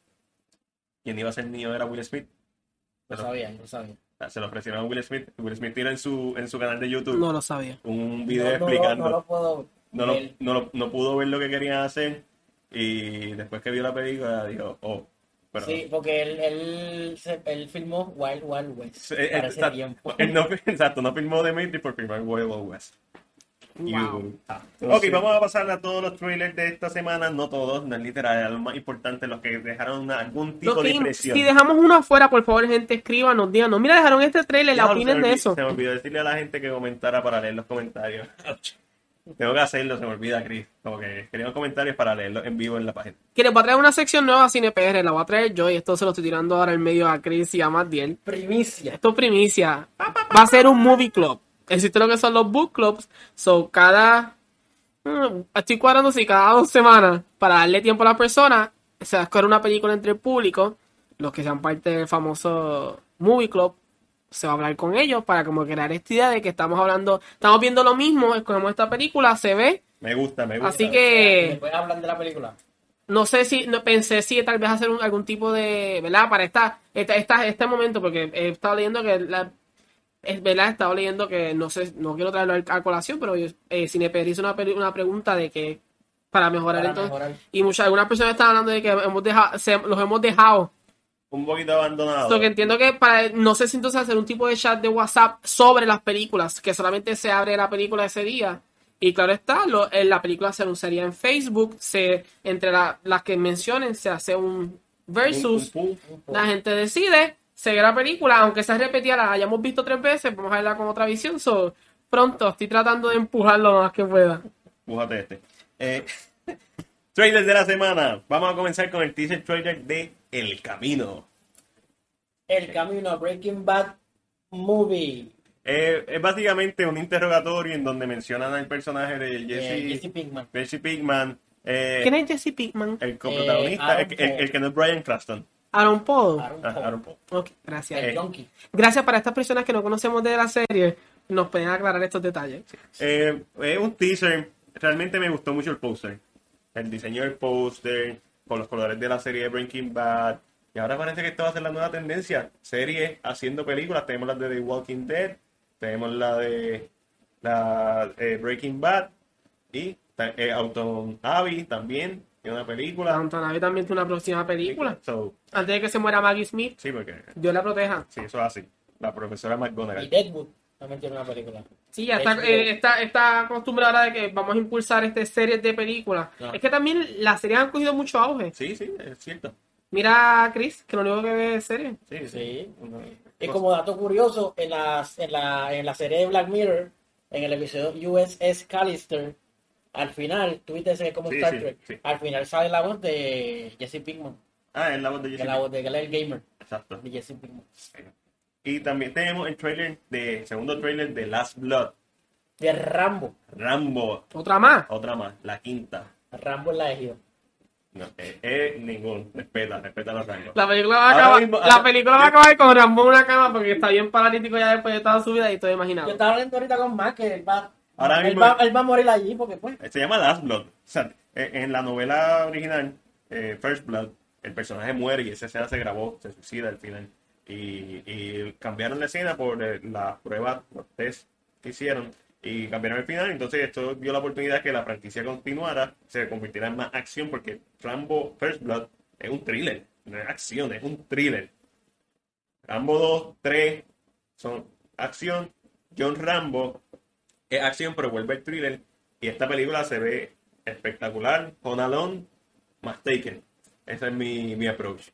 quien iba a ser Neo era Will Smith? Lo sabía, lo sabía. Se lo ofrecieron a Will Smith. Will Smith tiene en su, en su canal de YouTube No lo sabía. un video No, no, explicando. No, lo puedo. no, lo- ver. no, lo- no pudo ver lo que querían hacer y después que vio la película dijo, oh, pero Sí, porque él, él, se- él filmó Wild Wild West Eh, eh, para ese exacto, tiempo. él no, exacto, no filmó The Matrix por filmar Wild Wild West. Wow. You. Entonces, Ok, vamos a pasar a todos los trailers de esta semana, no todos, no es literal, los más importantes, los que dejaron una- algún tipo Los de que- impresión. si dejamos uno afuera, por favor, gente, escríbanos, díganos. Mira, dejaron este trailer, la Ya, opinen se me de olvi- eso. Se me olvidó decirle a la gente que comentara para leer los comentarios. Tengo que hacerlo, se me olvida, Chris. Como que escriban comentarios para leerlos en vivo en la página. Que les voy a traer una sección nueva a Cine P R, la voy a traer yo y esto se lo estoy tirando ahora en medio a Chris y a Matiel. primicia. Esto es primicia. Va a ser un movie club. Existe lo que son los book clubs. So, cada... mm, Estoy cuadrando si cada dos semanas, para darle tiempo a las personas, se va a escoger una película entre el público, los que sean parte del famoso movie club, se va a hablar con ellos para como crear esta idea de que estamos hablando, estamos viendo lo mismo, escogemos esta película, se ve. Me gusta, me gusta. Así que... Después hablan de la película. No sé si, no, pensé si tal vez hacer un- algún tipo de, ¿verdad? Para esta, esta, esta- este momento, porque he estado leyendo que, la, es verdad, he estado leyendo que, no sé, no quiero traerlo al- a colación, pero eh, Cineper hizo una, peli- una pregunta de que, para mejorar Para entonces, mejorar. y muchas, algunas personas están hablando de que hemos dejado, se- los hemos dejado. Un poquito abandonado. So que entiendo que para, no sé si entonces hacer un tipo de chat de WhatsApp sobre las películas, que solamente se abre la película ese día. Y claro está, lo, en la película se anunciaría en Facebook, se, entre la- las que mencionen se hace un versus, Un- un- un- la gente decide, se ve la película, aunque sea repetida, la hayamos visto tres veces, vamos a verla con otra visión. So, pronto. Estoy tratando de empujarlo lo más que pueda. Bújate este. Eh, trailer de la semana. Vamos a comenzar con el teaser trailer de El Camino. El camino a Breaking Bad movie. Eh, es básicamente un interrogatorio en donde mencionan al personaje de Eh, Jesse, Jesse Pinkman. Jesse Pinkman, eh, ¿Quién es Jesse Pinkman? el coprotagonista, Eh, el, el- el que no es Bryan Cranston. Aaron Paul. Aaron Ah, Paul. Aaron Paul. Ok, gracias. El Eh, Donkey. Gracias para estas personas que no conocemos de la serie. Nos pueden aclarar estos detalles. Eh, es un teaser. Realmente me gustó mucho el póster. El diseño del póster, con los colores de la serie de Breaking Bad. Y ahora parece que esto va a ser la nueva tendencia. Series haciendo películas. Tenemos la de The Walking Dead. Tenemos la de la eh, Breaking Bad. Y ta- eh, Autumn Abbey también. Tiene una película. Downton Abbey también tiene una próxima película. So, Antes de que se muera Maggie Smith, sí, porque Dios la proteja. sí, eso es así. La profesora Y McGonagall. Deadwood también tiene una película. Sí, ya está, H B O. eh, está, está acostumbrada ahora de que vamos a impulsar este series de películas. Ah. Es que también las series han cogido mucho auge. Sí, sí, es cierto. Mira a Chris, que lo único que ve es series. Sí, sí. Sí. Una- Y como dato curioso, en, las, en, la, en la serie de Black Mirror, en el episodio U S S Callister, al final, tú viste ese como Sí, Star sí, Trek, sí. al final sale la voz de Jesse Pinkman, Ah, es la voz de que Jesse es la voz de que él es el gamer, Exacto. de Jesse Pinkman. Y también tenemos el trailer de, segundo trailer de Last Blood. De Rambo, Rambo, Otra más. otra más, la quinta. Rambo en la ejido. No, eh, eh, ningún, respeta, respeta los rangos. La película va a Ahora acabar, mismo- la película va a acabar con Rambo en una cama porque está bien paralítico ya después de toda su vida y todo imaginado. Yo estaba hablando ahorita con Matt que él va, Ahora él mismo- va, él va a morir allí porque pues, Se llama Last Blood. O sea, eh, en la novela original, eh, First Blood, el personaje muere y esa escena se grabó, se suicida al final. Y, y cambiaron la escena por eh, las pruebas, los test que hicieron y cambiaron el final. Entonces esto dio la oportunidad que la franquicia continuara, se convirtiera en más acción porque Rambo First Blood es un thriller, no es acción, es un thriller. Rambo dos, tres son acción. John Rambo es acción pero vuelve el thriller y esta película se ve espectacular. Home Alone más Taken. Ese es mi, mi approach.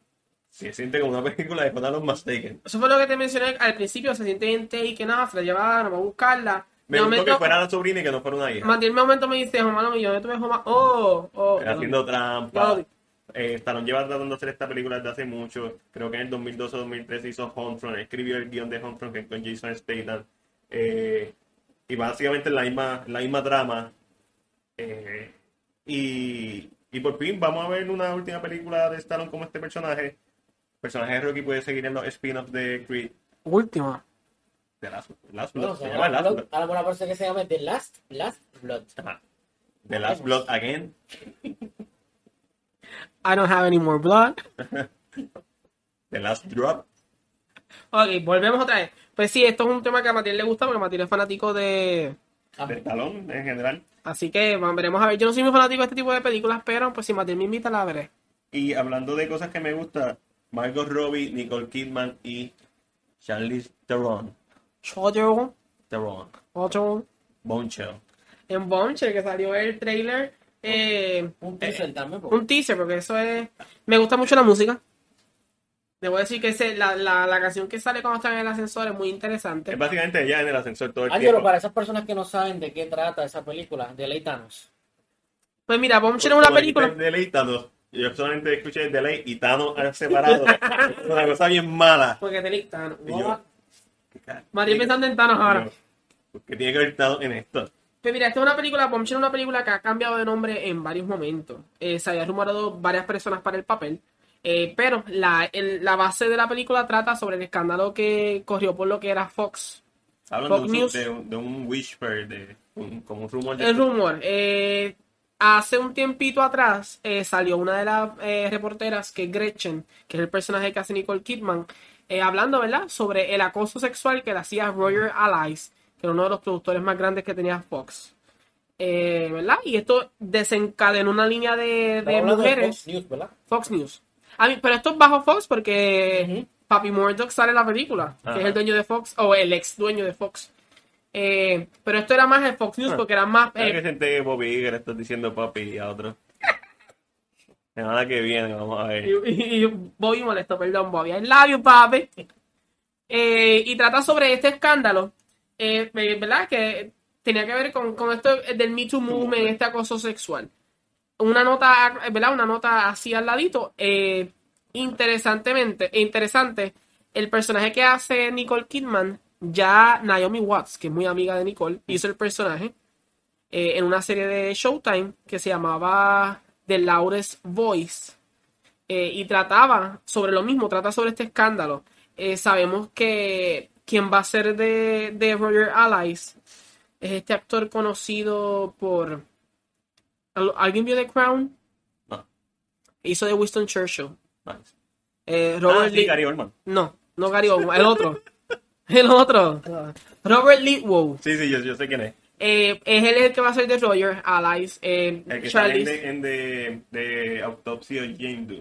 Se siente como una película de Home Alone más Taken. Eso fue lo que te mencioné al principio, se siente bien take, nada, se la llevaron, vamos a buscarla. Me De gustó que momento- fuera la sobrina y que no fuera una hija. Mantiene un momento me dice, Omar, y yo me tuve Omar, oh, oh. Haciendo trampa. Claro. Eh, Stallone lleva tratando de hacer esta película desde hace mucho. Creo que en el dos mil doce o dos mil trece hizo Homefront. Escribió el guión de Homefront que es con Jason Statham. Eh, y básicamente la misma, la misma trama. Eh, y, y por fin vamos a ver una última película de Stallone como este personaje. El personaje de Rocky puede seguir en los spin-offs de Creed. Última. De Last, Last bueno, Blood. se Se llama llama Last Blood. Blood. Ahora una persona que se llama The Last, Last Blood. Ajá. The Last Blood Again. I don't have any more blood. The Last Drop. Ok, volvemos otra vez. Pues sí, esto es un tema que a Matilde le gusta porque Matilde es fanático de... De Stallone en general. Así que bueno, veremos a ver. Yo no soy muy fanático de este tipo de películas, pero pues si Matilde me invita la veré. Y hablando de cosas que me gustan, Margot Robbie, Nicole Kidman y Charlize Theron. Chojo, Theron. otro, Bombshell. en Bombshell que salió el trailer. Eh, Un teaser también, porque un teaser, porque eso es... Me gusta mucho la música. Debo decir que ese, la, la, la canción que sale cuando están en el ascensor es muy interesante. Es básicamente ella en el ascensor todo el Ángelo, tiempo. para esas personas que no saben de qué trata esa película, deleítanos. Pues mira, Bombshell es una película... De ley, Thanos. Yo solamente escuché de ley y Thanos han separado. Es una cosa bien mala. Porque te Thanos. Y yo, Matilde pensando en Thanos ahora. ¿Qué tiene que ver Thanos en esto? Pues mira, esta es una película, Bombshell es una película que ha cambiado de nombre en varios momentos. Eh, se había rumorado varias personas para el papel. Eh, pero la, el- la base de la película trata sobre el escándalo que corrió por lo que era Fox. Hablan de Fox un, News. de, un- de un whisper, de un, como un rumor de El rumor. eh, hace un tiempito atrás eh, salió una de las eh, reporteras, que es Gretchen, que es el personaje que hace Nicole Kidman, eh, hablando, ¿verdad?, sobre el acoso sexual que le hacía Roger Allies, que era uno de los productores más grandes que tenía Fox. Eh, ¿Verdad? Y esto desencadenó una línea de, de Estamos hablando de mujeres. Fox News, ¿verdad? Fox News. A mí, pero esto es bajo Fox porque Ujú. Papi Murdoch sale en la película, que Ajá. es el dueño de Fox, o el ex dueño de Fox. Eh, pero esto era más el Fox News Ah. porque era más... ¿Sabes eh, que senté que Bobby Iger está diciendo papi y a otro? La semana que viene vamos a ver. y, y- y Bobby molesto, perdón, Bobby. I love you, papi. Eh, y trata sobre este escándalo eh, ¿verdad? Que tenía que ver con, con esto del Me Too Movement, este acoso sexual. Una nota, ¿verdad? Una nota así al ladito. Eh, interesantemente, interesante, el personaje que hace Nicole Kidman, ya Naomi Watts, que es muy amiga de Nicole, hizo el personaje eh, en una serie de Showtime que se llamaba The Loudest Voice. Eh, y trataba sobre lo mismo, trata sobre este escándalo. Eh, sabemos que quien va a ser de, de Roger Allies es este actor conocido por... ¿al- ¿Alguien vio The Crown? No. Hizo de Winston Churchill. Nice. Eh, Robert Ah, sí, Lee- Gary Oldman. No, no Gary Oldman, el otro. El otro. Robert Leetwood. Sí, sí, yo, yo sé quién es. Eh, es él el que va a ser de Roger Allies. Eh, El que sale en Charlize- de, en de, de Autopsy of Jane Doe.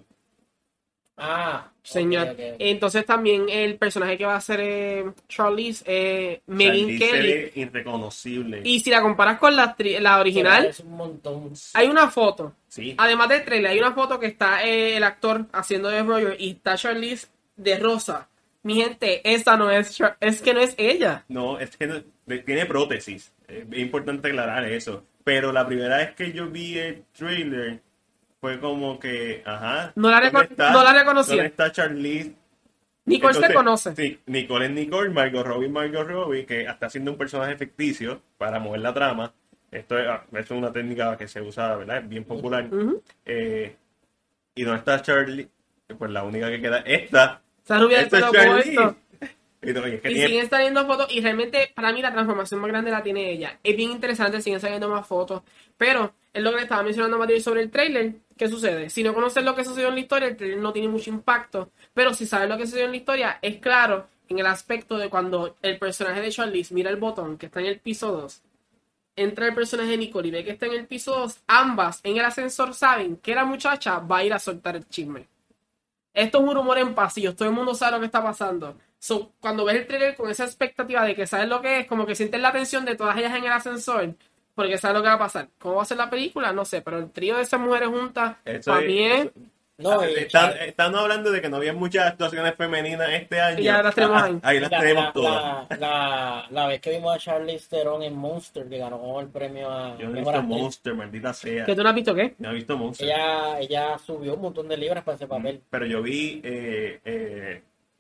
Ah, Señor. ok, ok. Entonces también el personaje que va a ser eh, Charlize, eh, Megyn Charlize se Kelly. ve irreconocible. Y si la comparas con la, actri- la original, Es un montón. hay una foto. Sí. Además del trailer, hay una foto que está eh, el actor haciendo de Roger y está Charlize de rosa. Mi gente, esa no es, Char- es que no es ella. No, es que no- de- tiene prótesis. Es importante aclarar eso. Pero la primera vez que yo vi el trailer fue como que, ajá. No la ¿dónde reco- está- no la reconocía. ¿Dónde está Charlize? Nicole se Entonces, conoce. Sí, Nicole es Nicole, Margot Robbie, Margot Robbie, que está haciendo un personaje ficticio para mover la trama. Esto es, esto es una técnica que se usa, ¿verdad? Es bien popular. Ujú. Eh, ¿y dónde está Charlie? Pues la única que queda, esta. Esa rubia del Esta es pelo Charlize. corto. Y, no, y es que Y tiene- siguen saliendo fotos y realmente para mí la transformación más grande la tiene ella. Es bien interesante, siguen saliendo más fotos. Pero es lo que le estaba mencionando a Matías sobre el trailer. ¿Qué sucede? Si no conoces lo que sucedió en la historia, el trailer no tiene mucho impacto. Pero si sabes lo que sucedió en la historia, es claro en el aspecto de cuando el personaje de Charlize mira el botón que está en el piso dos. Entra el personaje de Nicole y ve que está en el piso dos. Ambas en el ascensor saben que la muchacha va a ir a soltar el chisme. Esto es un rumor en pasillos, todo el mundo sabe lo que está pasando. So, cuando ves el trailer con esa expectativa de que sabes lo que es, como que sientes la tensión de todas ellas en el ascensor, porque sabes lo que va a pasar. ¿Cómo va a ser la película? No sé, pero el trío de esas mujeres juntas, Eso para es- mí es... No, y Están- Char- estamos hablando de que no había muchas actuaciones femeninas este año. Y ya las tenemos ahí. Ahí las la, tenemos la- todas. la- la- la vez que vimos a Charlize Theron en Monster, que ganó el premio a Yo no he mejor visto actriz, Monster, maldita sea. ¿Que tú no has visto qué? No he visto Monster. ella, ella subió un montón de libras para ese papel. Pero yo vi eh, eh,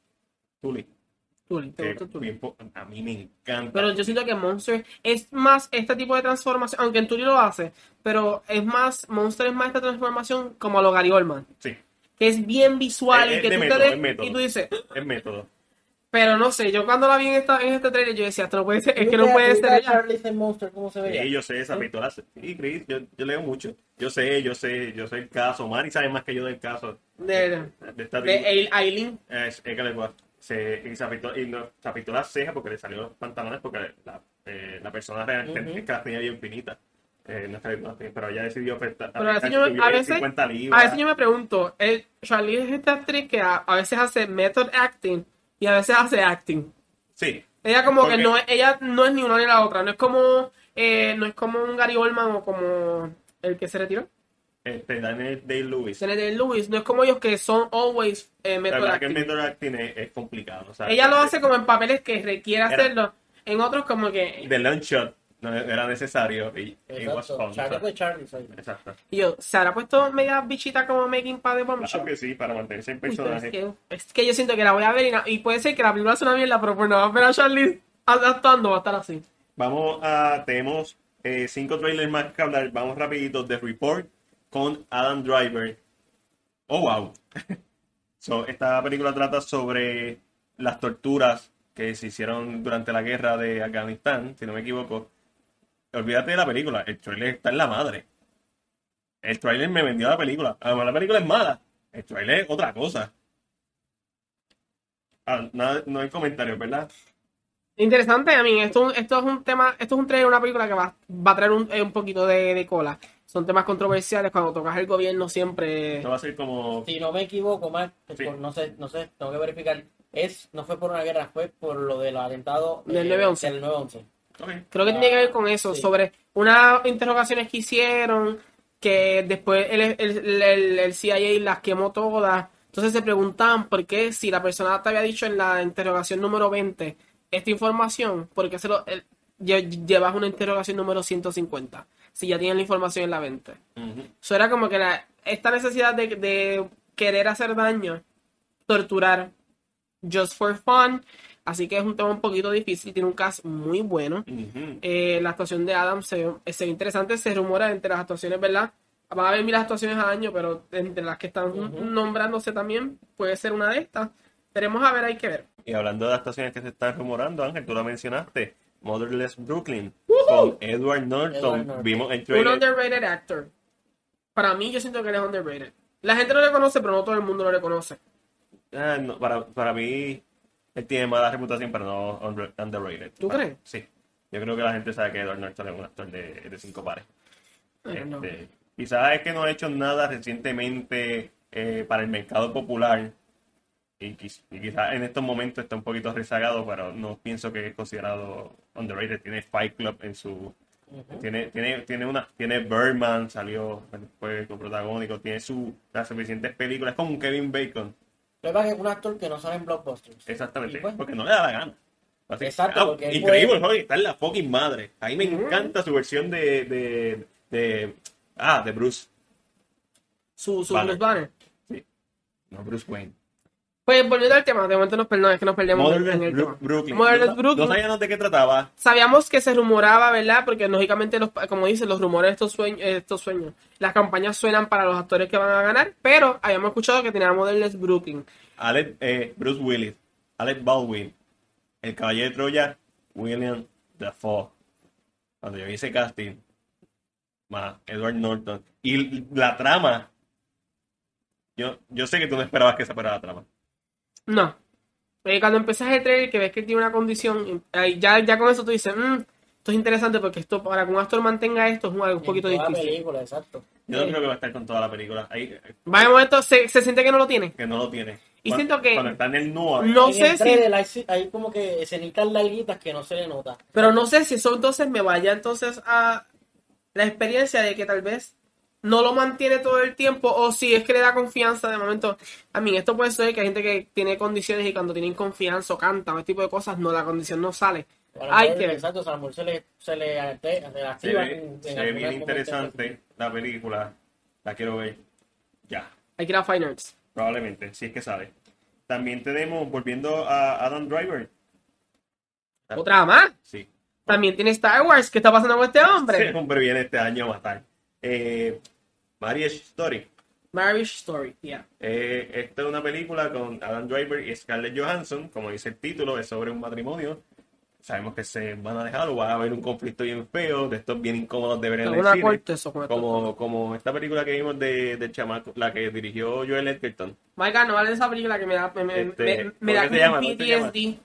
Tully, Tully, ¿te que gusta Tully? bien po- a mí me encanta. Pero yo siento que Monster es más este tipo de transformación, aunque en Tully lo hace, pero es más, Monster es más esta transformación como a lo Gary Oldman, Sí, que es bien visual Es- y que es de tú método, te es des, método. y tú dices, es método. pero no sé, yo cuando la vi en, esta, en este trailer yo decía, esto no puede ser, es que ¿Viste no a- puede viste ser a ella. Charlize en Monster, ¿cómo se veía? Sí, yo sé esa pistola. Sí, Chris, yo, yo leo mucho. Yo sé, yo sé, yo sé el caso. Mari sabe más que yo del caso. De, De esta de Ail- Aileen. Es, es que le gusta. Se, y se afeitó, y no, se afeitó las cejas porque le salió los pantalones porque la, eh, la persona realmente Ujú. es que las tenía bien finitas. Eh, no está- no está- pero ella decidió afeitar. Pero a veces, yo, afeitarse, a, subió veces, cincuenta libras. a veces yo me pregunto, el, Charlize es esta actriz que a, a veces hace method acting y a veces hace acting. Sí, Ella como Porque- que no es, ella no es ni una ni la otra, no es como eh, no es como un Gary Oldman o como el que se retiró, este, Daniel Day-Lewis. Daniel Lewis, no es como ellos que son always eh, La method verdad que el acting. method acting es, es complicado. O sea, Ella lo de- hace como en papeles que requiere Era- hacerlo, en otros como que De long shot no era necesario. Y, it was Exacto. fun, Charlize o sea, fue Charlize ahí. Exacto. y yo, ¿se habrá puesto media bichita como Making para de Bombshell? Claro que sí, para mantenerse en Uy, pero es, personaje. que, es que yo siento que la voy a ver y, na- y puede ser que la película sea una mierda, pero por no va a ver a Charlize actuando va a estar así. Vamos a, tenemos eh, cinco trailers más que hablar. Vamos rapidito. The Report con Adam Driver. Oh, wow. So, esta película trata sobre las torturas que se hicieron durante la guerra de Afganistán, si no me equivoco. Olvídate de la película, el trailer está en la madre. El trailer me vendió la película. Además, la película es mala. El trailer es otra cosa. Ah, nada, no hay comentarios, ¿verdad? Interesante, a mí, esto, esto es un tema, esto es un trailer, una película que va, va a traer un, eh, un poquito de, de cola. Son temas controversiales, cuando tocas el gobierno siempre... Esto va a ser como... Si no me equivoco, Mark, Sí. por- no sé, no sé, tengo que verificar. Es, no fue por una guerra, fue por lo del atentado Del eh, nueve once. del nueve once. Ok. Creo que tiene que ver con eso, Sí. sobre unas interrogaciones que hicieron, que después el, el, el, el- el C I A las quemó todas. Entonces se preguntaban por qué si la persona te había dicho en la interrogación número veinte esta información, porque se lo, el- lle- llevas una interrogación número ciento cincuenta, si ya tienen la información en la mente. Ujú. Eso era como que la, esta necesidad de, de querer hacer daño, torturar, just for fun. Así que es un tema un poquito difícil. Tiene un cast muy bueno. Ujú. Eh, la actuación de Adam se, ve- se ve interesante. Se rumora entre las actuaciones, ¿verdad? Van a haber mil actuaciones al año, pero entre las que están Ujú. nombrándose también puede ser una de estas. Veremos a ver, hay que ver. Y hablando de adaptaciones que se están rumorando, Ángel, tú lo mencionaste, Motherless Brooklyn, ¡Woohoo! con Edward Norton. Edward Norton. Vimos el Un trailer. underrated actor. Para mí, yo siento que él es underrated. La gente no le conoce, pero no todo el mundo lo reconoce. Ah, no, para, para mí, él tiene mala reputación, pero no under- underrated. ¿Tú Para- crees? Sí. Yo creo que la gente sabe que Edward Norton es un actor de, de cinco pares. Eh, no. Este, quizás es que no ha hecho nada recientemente eh, para el mercado popular. Y, quiz- y quizás en estos momentos está un poquito rezagado, pero no pienso que es considerado underrated. Tiene Fight Club en su... Tiene, tiene, tiene una, tiene Birdman, salió después con protagónico, tiene su, las suficientes películas, es como un Kevin Bacon, Lo que pasa es que es un actor que no sale en blockbusters. exactamente, Y pues, porque no le da la gana. Así, Exacto, ah, porque él increíble, puede- joder, está en la fucking madre. A mí me Ujú. encanta su versión de, de, de, ah, de Bruce, Su, su Banner. Bruce Banner. no Bruce Wayne. Pues volviendo al tema, de momento nos perdón, es que nos perdemos en, Motherless en el Bru- tema. Brooklyn. Motherless no, Brooklyn. no sabíamos de qué trataba. Sabíamos que se rumoraba, ¿verdad? Porque lógicamente, los, como dicen, los rumores de estos sueños, estos sueños, las campañas suenan para los actores que van a ganar, pero habíamos escuchado que tenía Motherless Brooklyn. Alec, eh, Bruce Willis, Alec Baldwin, el caballero de Troya, William Dafoe. Cuando yo vi ese casting, más Edward Norton. Y la trama, yo, yo sé que tú no esperabas que esa fuera la trama. No. Eh, cuando empiezas el trailer que ves que tiene una condición, ahí ya, ya con eso tú dices, "Mm, esto es interesante porque esto para que un actor mantenga esto es un, algo un en poquito toda la difícil. película, exacto. Yo no Sí. creo que va a estar con toda la película. Ahí, Va de momento, se, se siente que no lo tiene. que no lo tiene. Y Cuando- siento que- Cuando está en el noir, No en sé el si, trailer hay, hay como que escenitas larguitas que no se le nota. pero no sé si eso entonces me vaya entonces a la experiencia de que tal vez no lo mantiene todo el tiempo o si es que le da confianza de momento. A mí esto puede ser que hay gente que tiene condiciones y cuando tienen confianza o cantan o este tipo de cosas, no, la condición no sale. A lo Hay mejor, que ver. exacto, o sea, a lo mejor se le, se le, arte- se le se activa. ve, en- se en ve alguna bien momento. interesante la película. La quiero ver ya. Hay que ir a Fine Arts. Probablemente, si es que sale. También tenemos, volviendo a Adam Driver. Otra más. Sí. También tiene Star Wars. ¿Qué está pasando con este Este hombre? hombre viene este año a matar. Eh, Marriage Story. Marriage Story, yeah. Eh, esta es una película con Adam Driver y Scarlett Johansson. Como dice el título, es sobre un matrimonio. Sabemos que se van a dejar o va a haber un conflicto bien feo, de estos bien incómodos de ver en el Una cine. corte eso con esto. Como, como esta película que vimos de, del chamaco, la que dirigió Joel Edgerton. My God, no vale esa película que me da, me, me, Este, me- ¿cómo me da que se como llama? un ¿Cómo se P T S D.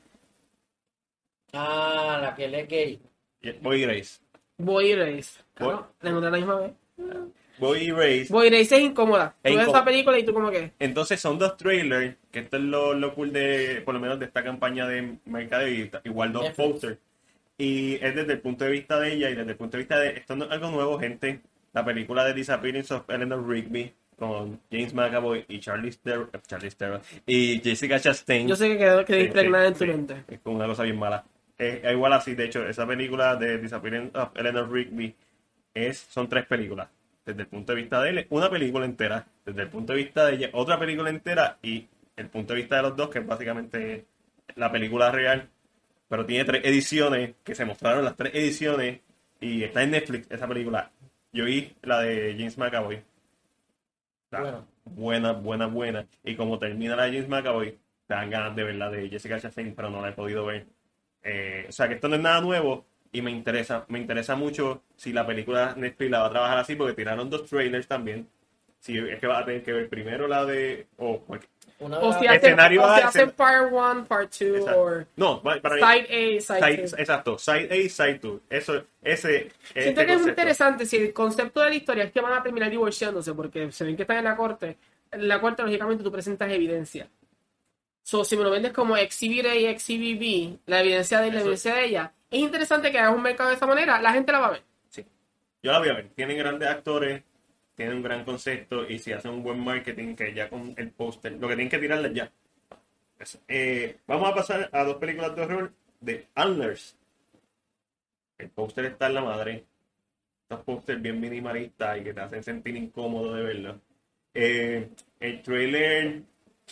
Ah, la que él es gay. Boy Erase. Boy Erase. Boy- Claro, la encontré la misma vez. Boy Erase. Boy Erase es incómoda. Es Tú ves incómoda. esa película y tú como que... Entonces son dos trailers, que esto es lo, lo cool de, por lo menos de esta campaña de mercadeo, y igual dos Netflix. posters. Y es desde el punto de vista de ella y desde el punto de vista de, esto no es algo nuevo, gente. La película de Disappearance of Eleanor Rigby con James McAvoy y Charlize Theron, eh, Charlize Theron y Jessica Chastain. Yo sé que quedó, quedé Sí, impregnada sí, en tu sí. mente. Es como una cosa bien mala. Es, es igual así, de hecho, esa película de Disappearance of Eleanor Rigby es, son tres películas. Desde el punto de vista de él, una película entera. Desde el punto de vista de ella, otra película entera. Y el punto de vista de los dos, que es básicamente la película real. Pero tiene tres ediciones, que se mostraron las tres ediciones. Y está en Netflix esa película. Yo vi la de James McAvoy. Está Bueno. buena, buena, buena. Y como termina la de James McAvoy, te dan ganas de ver la de Jessica Chastain, pero no la he podido ver. Eh, o sea que esto no es nada nuevo y me interesa, me interesa mucho si la película Netflix la va a trabajar así, porque tiraron dos trailers también. Si es que vas a tener que ver primero la de... o cualquier- Una de O las- si hacen, Escenario o si A, hacen escen- part one, part two, Exacto. or No, va- para side A, side Side- two. exacto, side A y side two. Eso, ese, Siento este que es concepto. interesante si el concepto de la historia es que van a terminar divorciándose porque se ven que están en la corte. En la corte, lógicamente, tú presentas evidencia. So, si me lo vendes como Exhibit A y Exhibit B, la evidencia de él, la Eso- evidencia de ella, es interesante que hagas un mercado de esa manera, la gente la va a ver. Sí. Yo la voy a ver. Tienen grandes actores, tienen un gran concepto y si hacen un buen marketing, que ya con el póster, lo que tienen que tirarles ya. Eso. Eh, vamos a pasar a dos películas de horror. de Antlers. El póster está en la madre. Estos pósters bien minimalistas y que te hacen sentir incómodo de verlo. Eh, el trailer,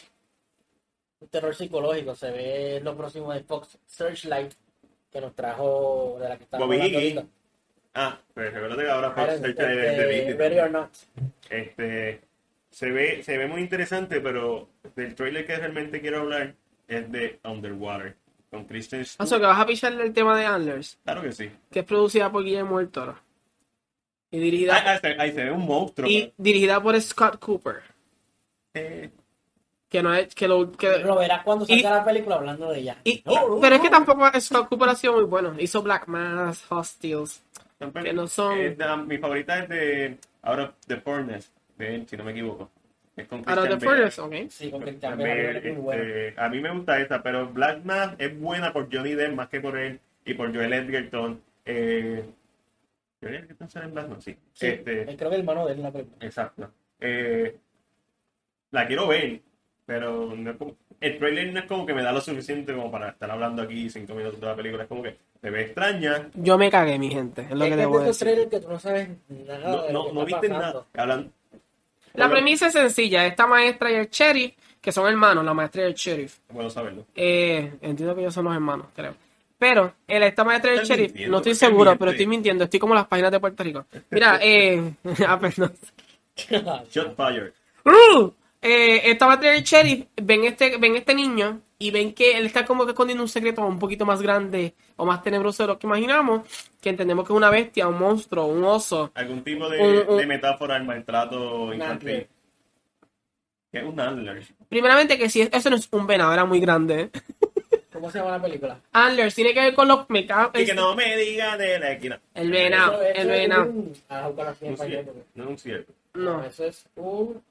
Un terror psicológico, se ve lo próximo de Fox Searchlight, que nos trajo de la que estamos Bobby hablando Iggy. ahorita. ah, pues recuerda que ahora fue Ahora, el este, trailer de Disney. Ready or Not. Este, se ve, se ve muy interesante, pero del trailer que realmente quiero hablar es de Underwater, con Kristen O Stewart. sea, que vas a pichar el tema de Antlers, Claro que sí. que es producida por Guillermo del Toro. Y dirigida, Ah, ah, se- ahí se ve un monstruo. y dirigida por Scott Cooper. pero, eh, Que no es, que lo, que, Lo verás cuando salga Y- la película hablando de ella. y- y- No, pero es que no. tampoco Scott Cooper ha sido muy bueno. Hizo Black Mass, Hostiles. Que no son- eh, de- mi favorita es de Out of the Furnace, de él, si no me equivoco. Es con Out of the Christian Bale. Furnace, ok. Sí, con Christian Christian Bale, Bale, es muy buena. este, a mí me gusta esa, pero Black Mass es buena por Johnny Depp más que por él y por Joel Edgerton. Eh, ¿Joel Edgerton sale en Black Mass? Sí. Sí, Este, eh, creo que el hermano de él en la película. exacto. Eh, la quiero ver, pero no es como- el trailer no es como que me da lo suficiente como para estar hablando aquí cinco minutos de la película. Es como que se ve extraña. Yo me cagué, mi gente. Es lo Es que que debo es de esos decir. trailers que tú no sabes nada No, de lo no, que no está viste pasando. nada. Hablan, La premisa es sencilla. Esta maestra y el sheriff, que son hermanos, la maestra y el sheriff. Bueno saberlo. Eh, entiendo que ellos son los hermanos, creo. Pero el, esta maestra y el Estás sheriff, mintiendo, no estoy ¿por qué seguro, mientes? pero estoy mintiendo. Estoy como las páginas de Puerto Rico. Mira, eh... ah, perdón. Shot fire. ¡Uh! Eh, esta maestra y el sheriff ven este, ven este niño y ven que él está como que escondiendo un secreto un poquito más grande o más tenebroso de lo que imaginamos, que entendemos que es una bestia, un monstruo, un oso. Algún tipo de, Un- un- de metáfora al maltrato Un infantil. antler. ¿Qué es un antler? Primeramente que si eso no es un venado, era muy grande. ¿eh? ¿Cómo se llama la película? Antlers tiene que ver con los me cago- Y que no me diga de la esquina. El venado, Eso- eso el es venado. un- ah, buscarlo aquí en Un español, ciervo. porque- No es un ciervo. No, Eso es un...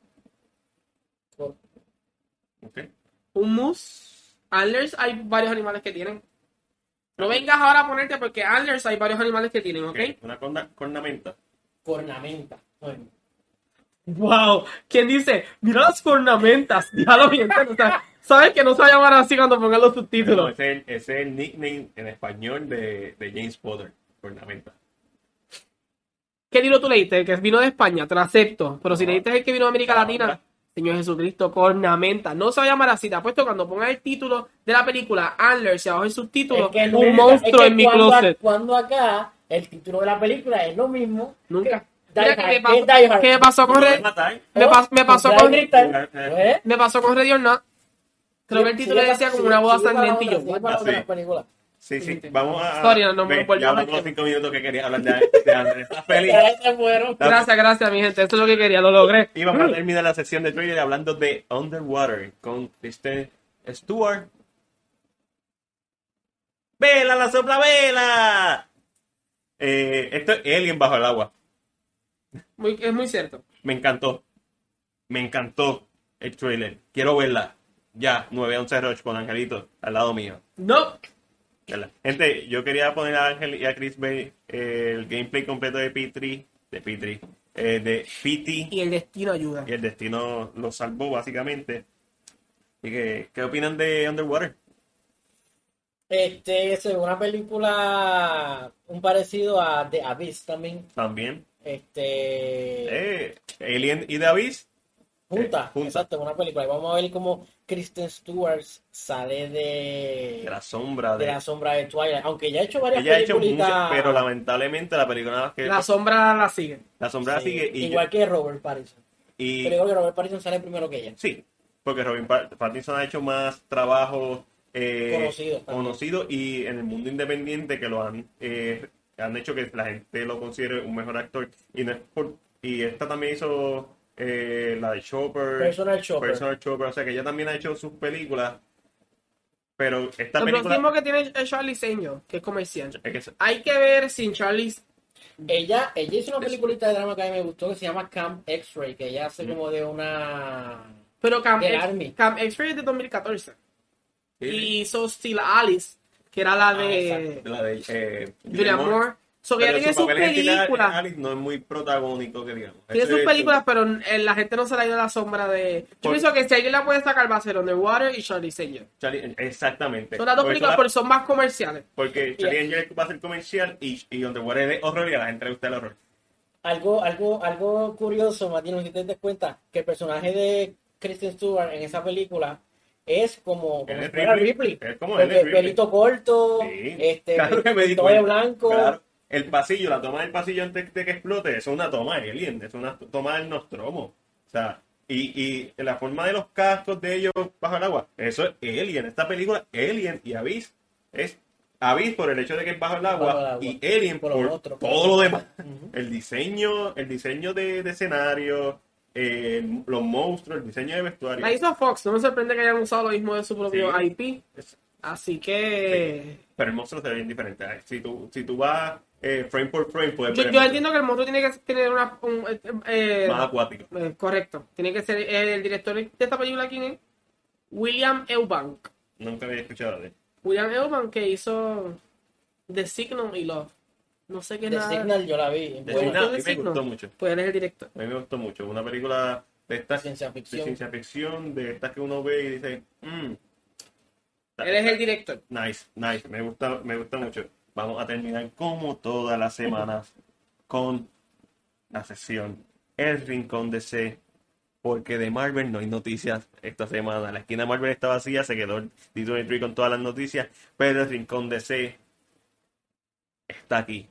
¿Ok? un moose. Antlers hay varios animales que tienen. No vengas ahora a ponerte porque antlers hay varios animales que tienen, ¿ok? Ok, una corna- cornamenta. Cornamenta. Bueno, Wow, ¿quién dice? Mira las cornamentas, déjalo bien, o sea, sabes que no se va a llamar así cuando pongan los No, subtítulos. ese, es el, ese es el nickname en español de, de James Potter. Cornamenta. ¿Qué libro tú leíste? El que vino de España, te lo acepto, pero si No. leíste el que vino de América Ah, Latina, hombre. Señor Jesucristo, cornamenta, no se va a llamar así, te apuesto cuando pongas el título de la película, Antlers, y abajo el subtítulo, es que un nunca- monstruo es que en mi cuando, closet. Cuando acá el título de la película es lo mismo. Nunca. Die Mira, ¿qué Hard, me ¿qué pasó, es Die Hard? qué me pasó con ¿Lo Red? puedes matar? Me, pas- me pasó con, Cumpleaños Gritar. ¿Eh? me pasó con Ready or Not. Creo que el título Sigue decía pa- como sigue- una boda sigue para sangrienta y yo, otra, sigue what para the- otra Sí. película. Sí, sí. Sí. Vamos a. Sorry, no me Ve, vuelvo ya a hablamos meter. cinco minutos que quería hablar de, de Andrés. ¿Estás feliz? Ya se fueron. Gracias, gracias, mi gente. Esto es lo que quería, lo logré. Y vamos a terminar la sesión de trailer hablando de Underwater con Kristen Stewart. ¡Vela, la sopla vela! Eh, esto es Alien bajo el agua. Muy, es muy cierto. Me encantó. Me encantó el trailer. Quiero verla. Ya, nueve once Roach con Angelito al lado mío. No. Verla. Gente, yo quería poner a Ángel y a Chris ver eh, el gameplay completo de P tres, de P tres, eh, de P T, Y el destino ayuda. y el destino lo salvó básicamente. ¿Y qué, qué opinan de Underwater? Este es una película un parecido a The Abyss también. También. Este Eh, Alien y The Abyss. junta, eh, junta. exacto, una película. Y vamos a ver cómo Kristen Stewart sale de, De la sombra de de... la sombra de Twilight. Aunque ya ha hecho varias Ella ha hecho películas. muchas, pero lamentablemente la película que La sombra la sigue. la sombra sigue y, igual que Robert Pattinson. y Pero digo que Robert Pattinson sale primero que ella. sí, porque Robin Pa- Pattinson ha hecho más trabajo eh, Conocido también. conocido y en el mundo independiente que lo han eh, han hecho que la gente lo considere un mejor actor y no es por- y esta también hizo eh, la de Chopper, Personal Chopper. Personal Chopper, o sea que ella también ha hecho sus películas, pero esta Lo película próximo que tiene es Charlie Seño, que es comercial. es que Hay que ver sin Charlie. Ella, ella hizo una peliculita de drama que a mí me gustó que se llama Camp X-Ray, que ella hace como de una... Pero Camp, Del X- Army. Camp X-Ray es de dos mil catorce. sí, Y hizo Still Alice, que era la Ah, de exacto. la de eh, Julia Moore. So que ya Pero tiene su sus papel en general, películas. Alice no es muy protagónico, que digamos. Tiene Eso sus es- películas, pero eh, la gente no se le ha ido a la sombra de... Yo Por- pienso que si alguien la puede sacar va a ser Underwater y Charlie Angel. Charlie- exactamente. Son las dos Porque películas, son pero las- son más comerciales. Porque Charlie Angel va a ser comercial y, y Underwater es de horror y a la gente le gusta el horror. Algo, algo, algo curioso, Matino, si te das cuenta, que el personaje de Kristen Stewart en esa película es como, como Él si es fuera Ripley. Ripley. Es como él Porque es Ripley. pelito corto, Sí. este, Claro que me di cabello cuenta. blanco. Claro. El pasillo, la toma del pasillo antes de que explote, es una toma de Alien, es una toma del Nostromo. O sea, y, y la forma de los cascos de ellos bajo el agua, eso es Alien. Esta película, Alien y Abyss, es Abyss por el hecho de que es bajo el agua, Bajo el agua. y Alien Por por, lo otro. todo lo demás. Ujú. El diseño, el diseño de, de escenario, eh, los monstruos, el diseño de vestuario. La hizo Fox, no me sorprende que hayan usado lo mismo de su propio Sí. I P. Es- Así que... Pero el monstruo se ve bien diferente. Ay, Si tú, si tú vas eh, frame por frame, puedes Yo, ver el yo monstruo entiendo que el monstruo tiene que tener una... un, eh, eh, más acuático. eh, correcto. Tiene que ser eh, el director de esta película, ¿quién es? William Eubank. Nunca había escuchado de él. William Eubank que hizo The Signal y Love. No sé qué The nada. Signal yo la vi. The ¿Te Signal, gustó a The mí me Signal? gustó mucho. Pues él es el director. A mí me gustó mucho. Una película de estas Ciencia de ficción. ciencia ficción, de estas que uno ve y dice, mmm, Él es el director. nice, nice, me gusta, me gusta mucho. Vamos a terminar como todas las semanas con la sesión El Rincón de C, porque de Marvel no hay noticias esta semana. La esquina Marvel está vacía, se quedó el D veintitrés con todas las noticias, pero El Rincón de C está aquí.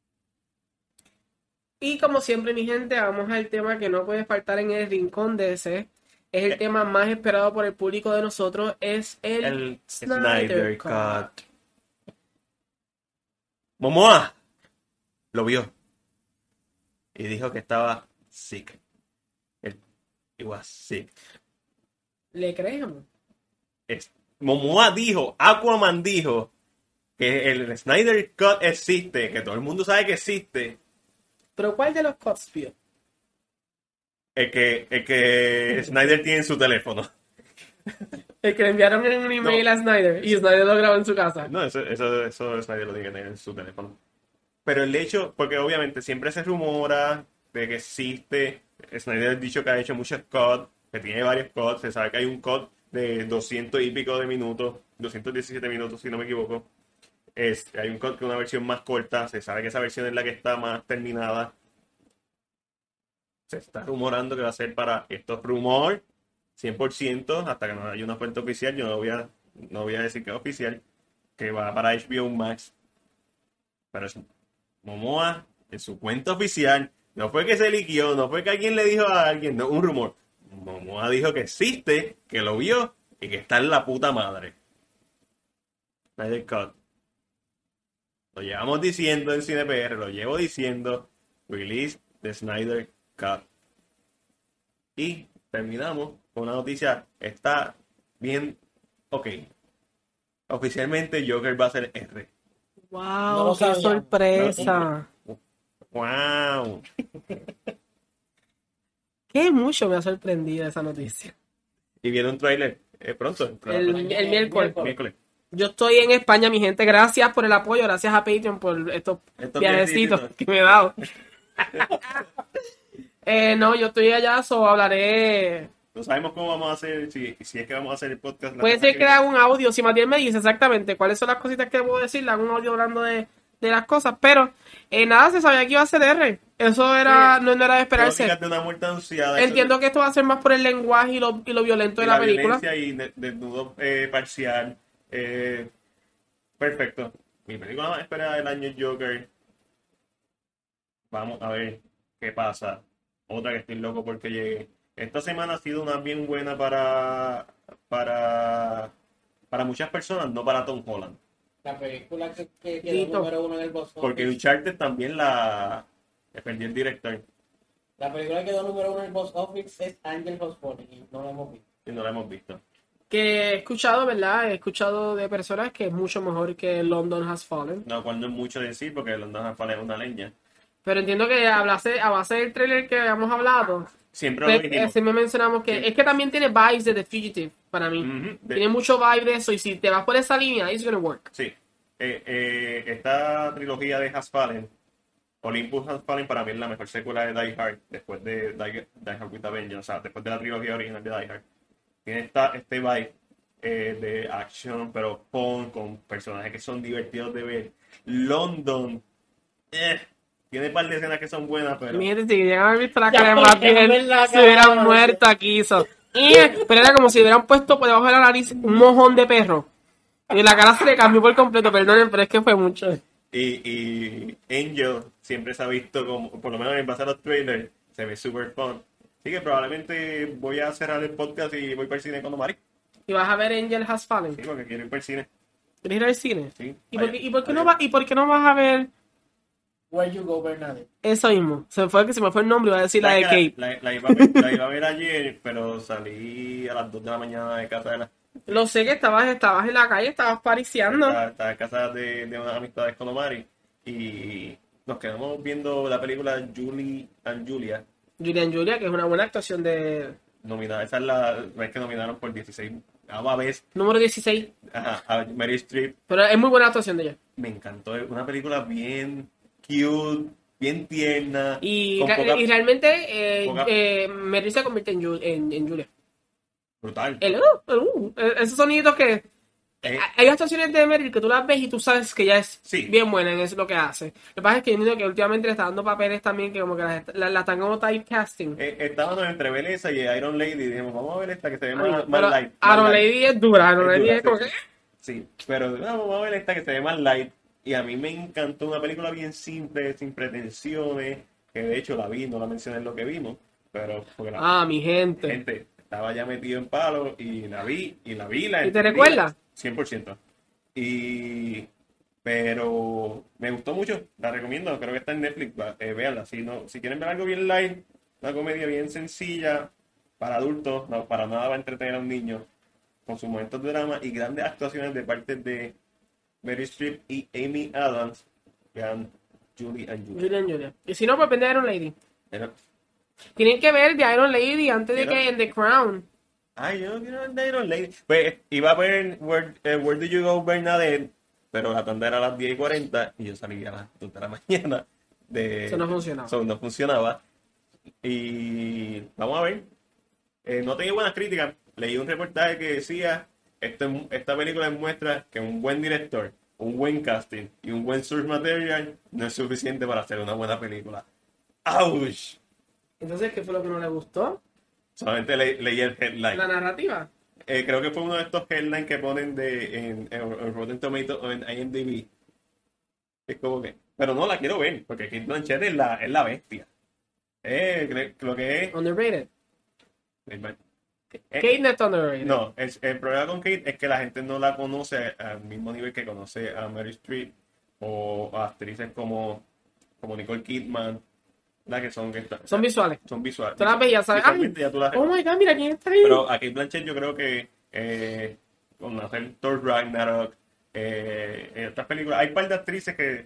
Y como siempre, mi gente, vamos al tema que no puede faltar en el rincón de ese. Es el Eh. tema más esperado por el público de nosotros. Es el, El Snyder Snyder Cut. Cut. Momoa lo vio y dijo que estaba sick. Él he was sick. ¿Le creemos? Es- Momoa dijo, Aquaman dijo que el Snyder Cut existe, que todo el mundo sabe que existe. ¿Pero cuál de los cuts vio? El que, el que Snyder tiene en su teléfono. El que le enviaron un email No. a Snyder y Snyder lo grabó en su casa. No, eso, eso, eso Snyder lo tiene que tener en su teléfono. Pero el hecho, porque obviamente siempre se rumora de que existe. Snyder ha dicho que ha hecho muchos cuts, que tiene varios cuts. Se sabe que hay un cut de doscientos y pico de minutos, doscientos diecisiete minutos, si no me equivoco. Es, hay un cut que es una versión más corta. Se sabe que esa versión es la que está más terminada. Se está rumorando que va a ser para estos rumores cien por ciento, hasta que no haya una fuente oficial. Yo no voy a, no voy a decir que es oficial, que va para H B O Max. Pero es Momoa, en su cuenta oficial, no fue que se liquió, no fue que alguien le dijo a alguien, no, un rumor. Momoa dijo que existe, que lo vio y que está en la puta madre. Snyder Cut. Lo llevamos diciendo en Cine P R, lo llevo diciendo. Release de Snyder Cut. Y terminamos con una noticia. Está bien. Ok. Oficialmente Joker va a ser R. ¡Wow! No lo ¡Qué sabíamos. sorpresa! ¡Wow! ¡Qué mucho me ha sorprendido esa noticia! Y viene un trailer eh, pronto. El, el miércoles. miércoles. Yo estoy en España, mi gente. Gracias por el apoyo. Gracias a Patreon por estos Estos viajecitos viajecitos. que me he dado. eh, no, yo estoy allá, so hablaré. No sabemos cómo vamos a hacer, si, si es que vamos a hacer el podcast. la Puede semana ser que le haga un audio. Si Matías me dice exactamente cuáles son las cositas que puedo decir, le hago un audio hablando de, de las cosas. Pero eh, nada, se sabía que iba a ser R. Eso era, no, no era de esperarse. Crónicas de una muerte anunciada. eso- Entiendo que esto va a ser más por el lenguaje y lo, y lo violento y de la, película. violencia y de- desnudo eh, parcial. Eh, perfecto. Mi película más esperada del año es Joker. Vamos a ver qué pasa. Otra que estoy loco porque llegue. Esta semana ha sido una bien buena para para para muchas personas, no para Tom Holland. La película que, que Tito. quedó número uno en el box office. Porque Uncharted también la le perdió el director La película que quedó número uno en el box office es Angel Has Fallen y no la hemos visto. y no la hemos visto. Que he escuchado, ¿verdad? He escuchado de personas que es mucho mejor que London Has Fallen. No, cual no es mucho decir porque London Has Fallen es una leña. Pero entiendo que a base, a base del trailer que habíamos hablado, Siempre pues, lo dijimos. eh, sí me mencionamos que Sí. es que también tiene vibes de The Fugitive para mí. Ujú, de- Tiene mucho vibe de eso y si te vas por esa línea, it's gonna work. Sí. Eh, eh, esta trilogía de Has Fallen Olympus Has Fallen para mí es la mejor secuela de Die Hard después de Die, Die Hard with a Vengeance, o sea, después de la trilogía original de Die Hard. Tiene esta, este vibe eh, de acción, pero punk, con personajes que son divertidos de ver. London, eh, tiene un par de escenas que son buenas, pero... Mi gente, si llegan a haber visto la Ya, cara de porque Matt no ven Dillon, la se cara, hubieran no muerto aquí. Hizo. Pero era como si hubieran puesto por debajo de la nariz un mojón de perro. Y la cara se le cambió por completo, perdonen, pero es que fue mucho. Y, y Angel siempre se ha visto como, por lo menos en base a los trailers, se ve super fun. Así que probablemente voy a cerrar el podcast y voy para el cine con Omar. Y vas a ver Angel Has Fallen. Sí, porque quiero ir para el cine. ¿Quieres ir al cine? Sí. ¿Y por, qué, Vaya, y, por qué no vaya. va, ¿Y por qué no vas a ver Where You Go, Bernadette. eso mismo? Se me fue que se me fue el nombre, iba a decir la de ¿Sabes que Cape. La, la, la iba a ver, la iba a ver ayer, pero salí a las dos de la mañana de casa de la... Lo sé que estabas, estabas en la calle, estabas pariciando. Estaba, estaba en casa de, de unas amistades con Omari y nos quedamos viendo la película Julie and Julia, Julian Julia, que es una buena actuación de nominada. Esa es la vez que nominaron por dieciséis a vez número dieciséis. ajá, a Mary Streep. Pero es muy buena actuación de ella. Me encantó, es una película bien cute, bien tierna. Y, con ca- poca- y realmente eh, poca- eh, Mary se convierte en, Ju- en, en Julia. brutal. El, uh, el, uh, eh, esos sonidos que... Eh, Hay actuaciones de Meryl que tú las ves y tú sabes que ella es Sí. bien buena en eso lo que hace. Lo que pasa es que yo entiendo que últimamente le está dando papeles también que como que la, la, la están como typecasting. eh, estábamos entre Belleza y Iron Lady y dijimos, vamos a ver esta que se ve Ay, más, más pero light. más Iron light. Lady es dura, Iron Es Lady dura, es como sí. que... Sí, pero no, vamos a ver esta que se ve más light. Y a mí me encantó una película bien simple, sin pretensiones, que de hecho la vi, no la mencioné en lo que vimos, pero porque la Ah, mi gente. gente estaba ya metido en palo y la vi, y la vi, la ¿Y te entendí, recuerdas? cien por ciento. Y... Pero me gustó mucho, la recomiendo, creo que está en Netflix, va, eh, véanla. Si, no, si quieren ver algo bien light, una comedia bien sencilla, para adultos, no, para nada va a entretener a un niño, con sus momentos de drama y grandes actuaciones de parte de Mary Streep y Amy Adams, vean Julie and Julia. Julian Julia. Y si no, pues vende Iron Lady. Pero, Tienen que ver de Iron Lady antes de Pero- que en The Crown. ay, yo no quiero ver The Iron Lady. Pues iba a ver Where, eh, Where Do You Go, Bernadette, pero la tanda era a las diez y cuarenta y yo salí a las dos de la mañana. De, Eso no funcionaba. Eso no funcionaba. Y vamos a ver. Eh, no tenía buenas críticas. Leí un reportaje que decía, esto es- esta película muestra que un buen director, un buen casting y un buen source material no es suficiente para hacer una buena película. ¡Auch! Entonces, ¿qué fue lo que no le gustó? Solamente le- leí el headline. La narrativa. Eh, creo que fue uno de estos headlines que ponen de en, en, en Rotten Tomatoes o en I M D B. Es como que... Pero no la quiero ver, porque Kate Blanchett es la, es la bestia. Eh, cre- lo que es... Underrated. Eh, Kate no está underrated. No, es- el problema con Kate es que la gente no la conoce al mismo nivel que conoce a Mary Streep o a actrices como, como Nicole Kidman, la que son que está- Son visuales. son visuales. Tú las ves y ya sabes, Visualmente ya tú las Oh my god, mira quién está ahí. Pero a Kate Blanchett yo creo que eh, con hacer Thor Ragnarok, eh, en otras películas, hay un par de actrices que,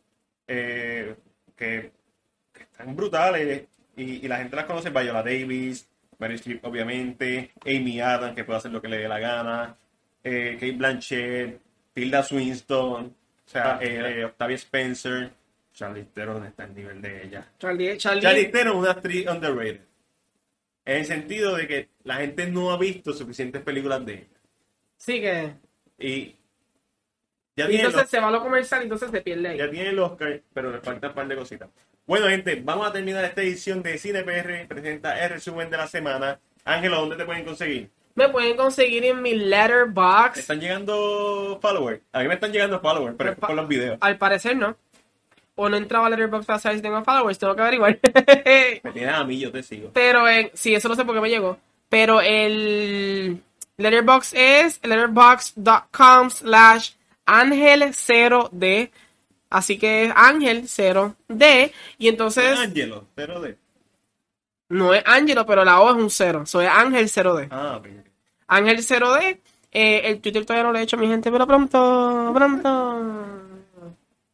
eh, que, que están brutales y, y la gente las conoce, Viola Davis, Mary Streep obviamente, Amy Adams que puede hacer lo que le dé la gana, eh, Kate Blanchett, Tilda Swinton, o sea, eh, eh, Octavia Spencer, Charlize Theron está al nivel de ella. Charlie, Charlie. Charlize Theron es una actriz underrated. En el sentido de que la gente no ha visto suficientes películas de ella. Sí que... Y ya Y tiene, entonces el, se va a lo comercial y entonces se pierde ahí. ya tiene el Oscar, pero le faltan un par de cositas. Bueno, gente, vamos a terminar esta edición de Cine P R. Presenta el resumen de la semana. Ángelo, ¿dónde te pueden conseguir? Me pueden conseguir en mi letterbox. ¿Están llegando followers? A mí me están llegando followers, pero es por los videos. Al parecer no. O no entraba a letterbox para saber si tengo followers, tengo que averiguar. Me tienes a mí, yo te sigo. Pero en, sí, eso lo sé porque me llegó. Pero el letterbox es letterbox.com slash ángel cero d. Así que es ángel cero d. Y entonces Ángelo, pero de. no es Ángelo, pero la O es un cero. Eso es ángel cero d. Ah, ok. Ángel cero d. Eh, el Twitter todavía no lo he hecho, mi gente, pero pronto, pronto.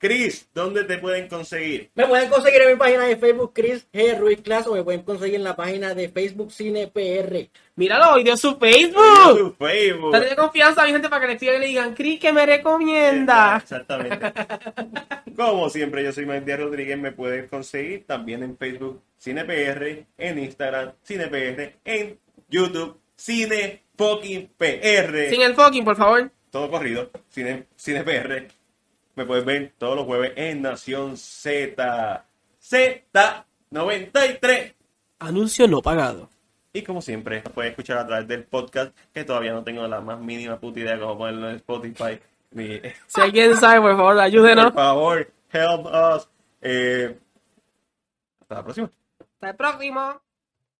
Chris, ¿dónde te pueden conseguir? Me pueden conseguir en mi página de Facebook, Chris G. Ruiz Class, o me pueden conseguir en la página de Facebook Cine P R. Míralo, hoy dio su En Facebook. su Facebook. Dale de confianza a mi gente para que le escriban y le digan, Chris, que me recomienda. Exactamente. Como siempre, yo soy Matías Rodríguez. Me puedes conseguir también en Facebook Cine P R, en Instagram Cine P R, en YouTube Cine fucking P R. Sin el fucking, por favor. Todo corrido, Cine, Cine P R. Me puedes ver todos los jueves en Nación Z. Z noventa y tres. Anuncio no pagado. Y como siempre, puedes escuchar a través del podcast, que todavía no tengo la más mínima puta idea de cómo ponerlo en Spotify. Ni... Si alguien sabe, por favor, ayúdenos. Por favor, help us. Eh, hasta la próxima. Hasta el próximo.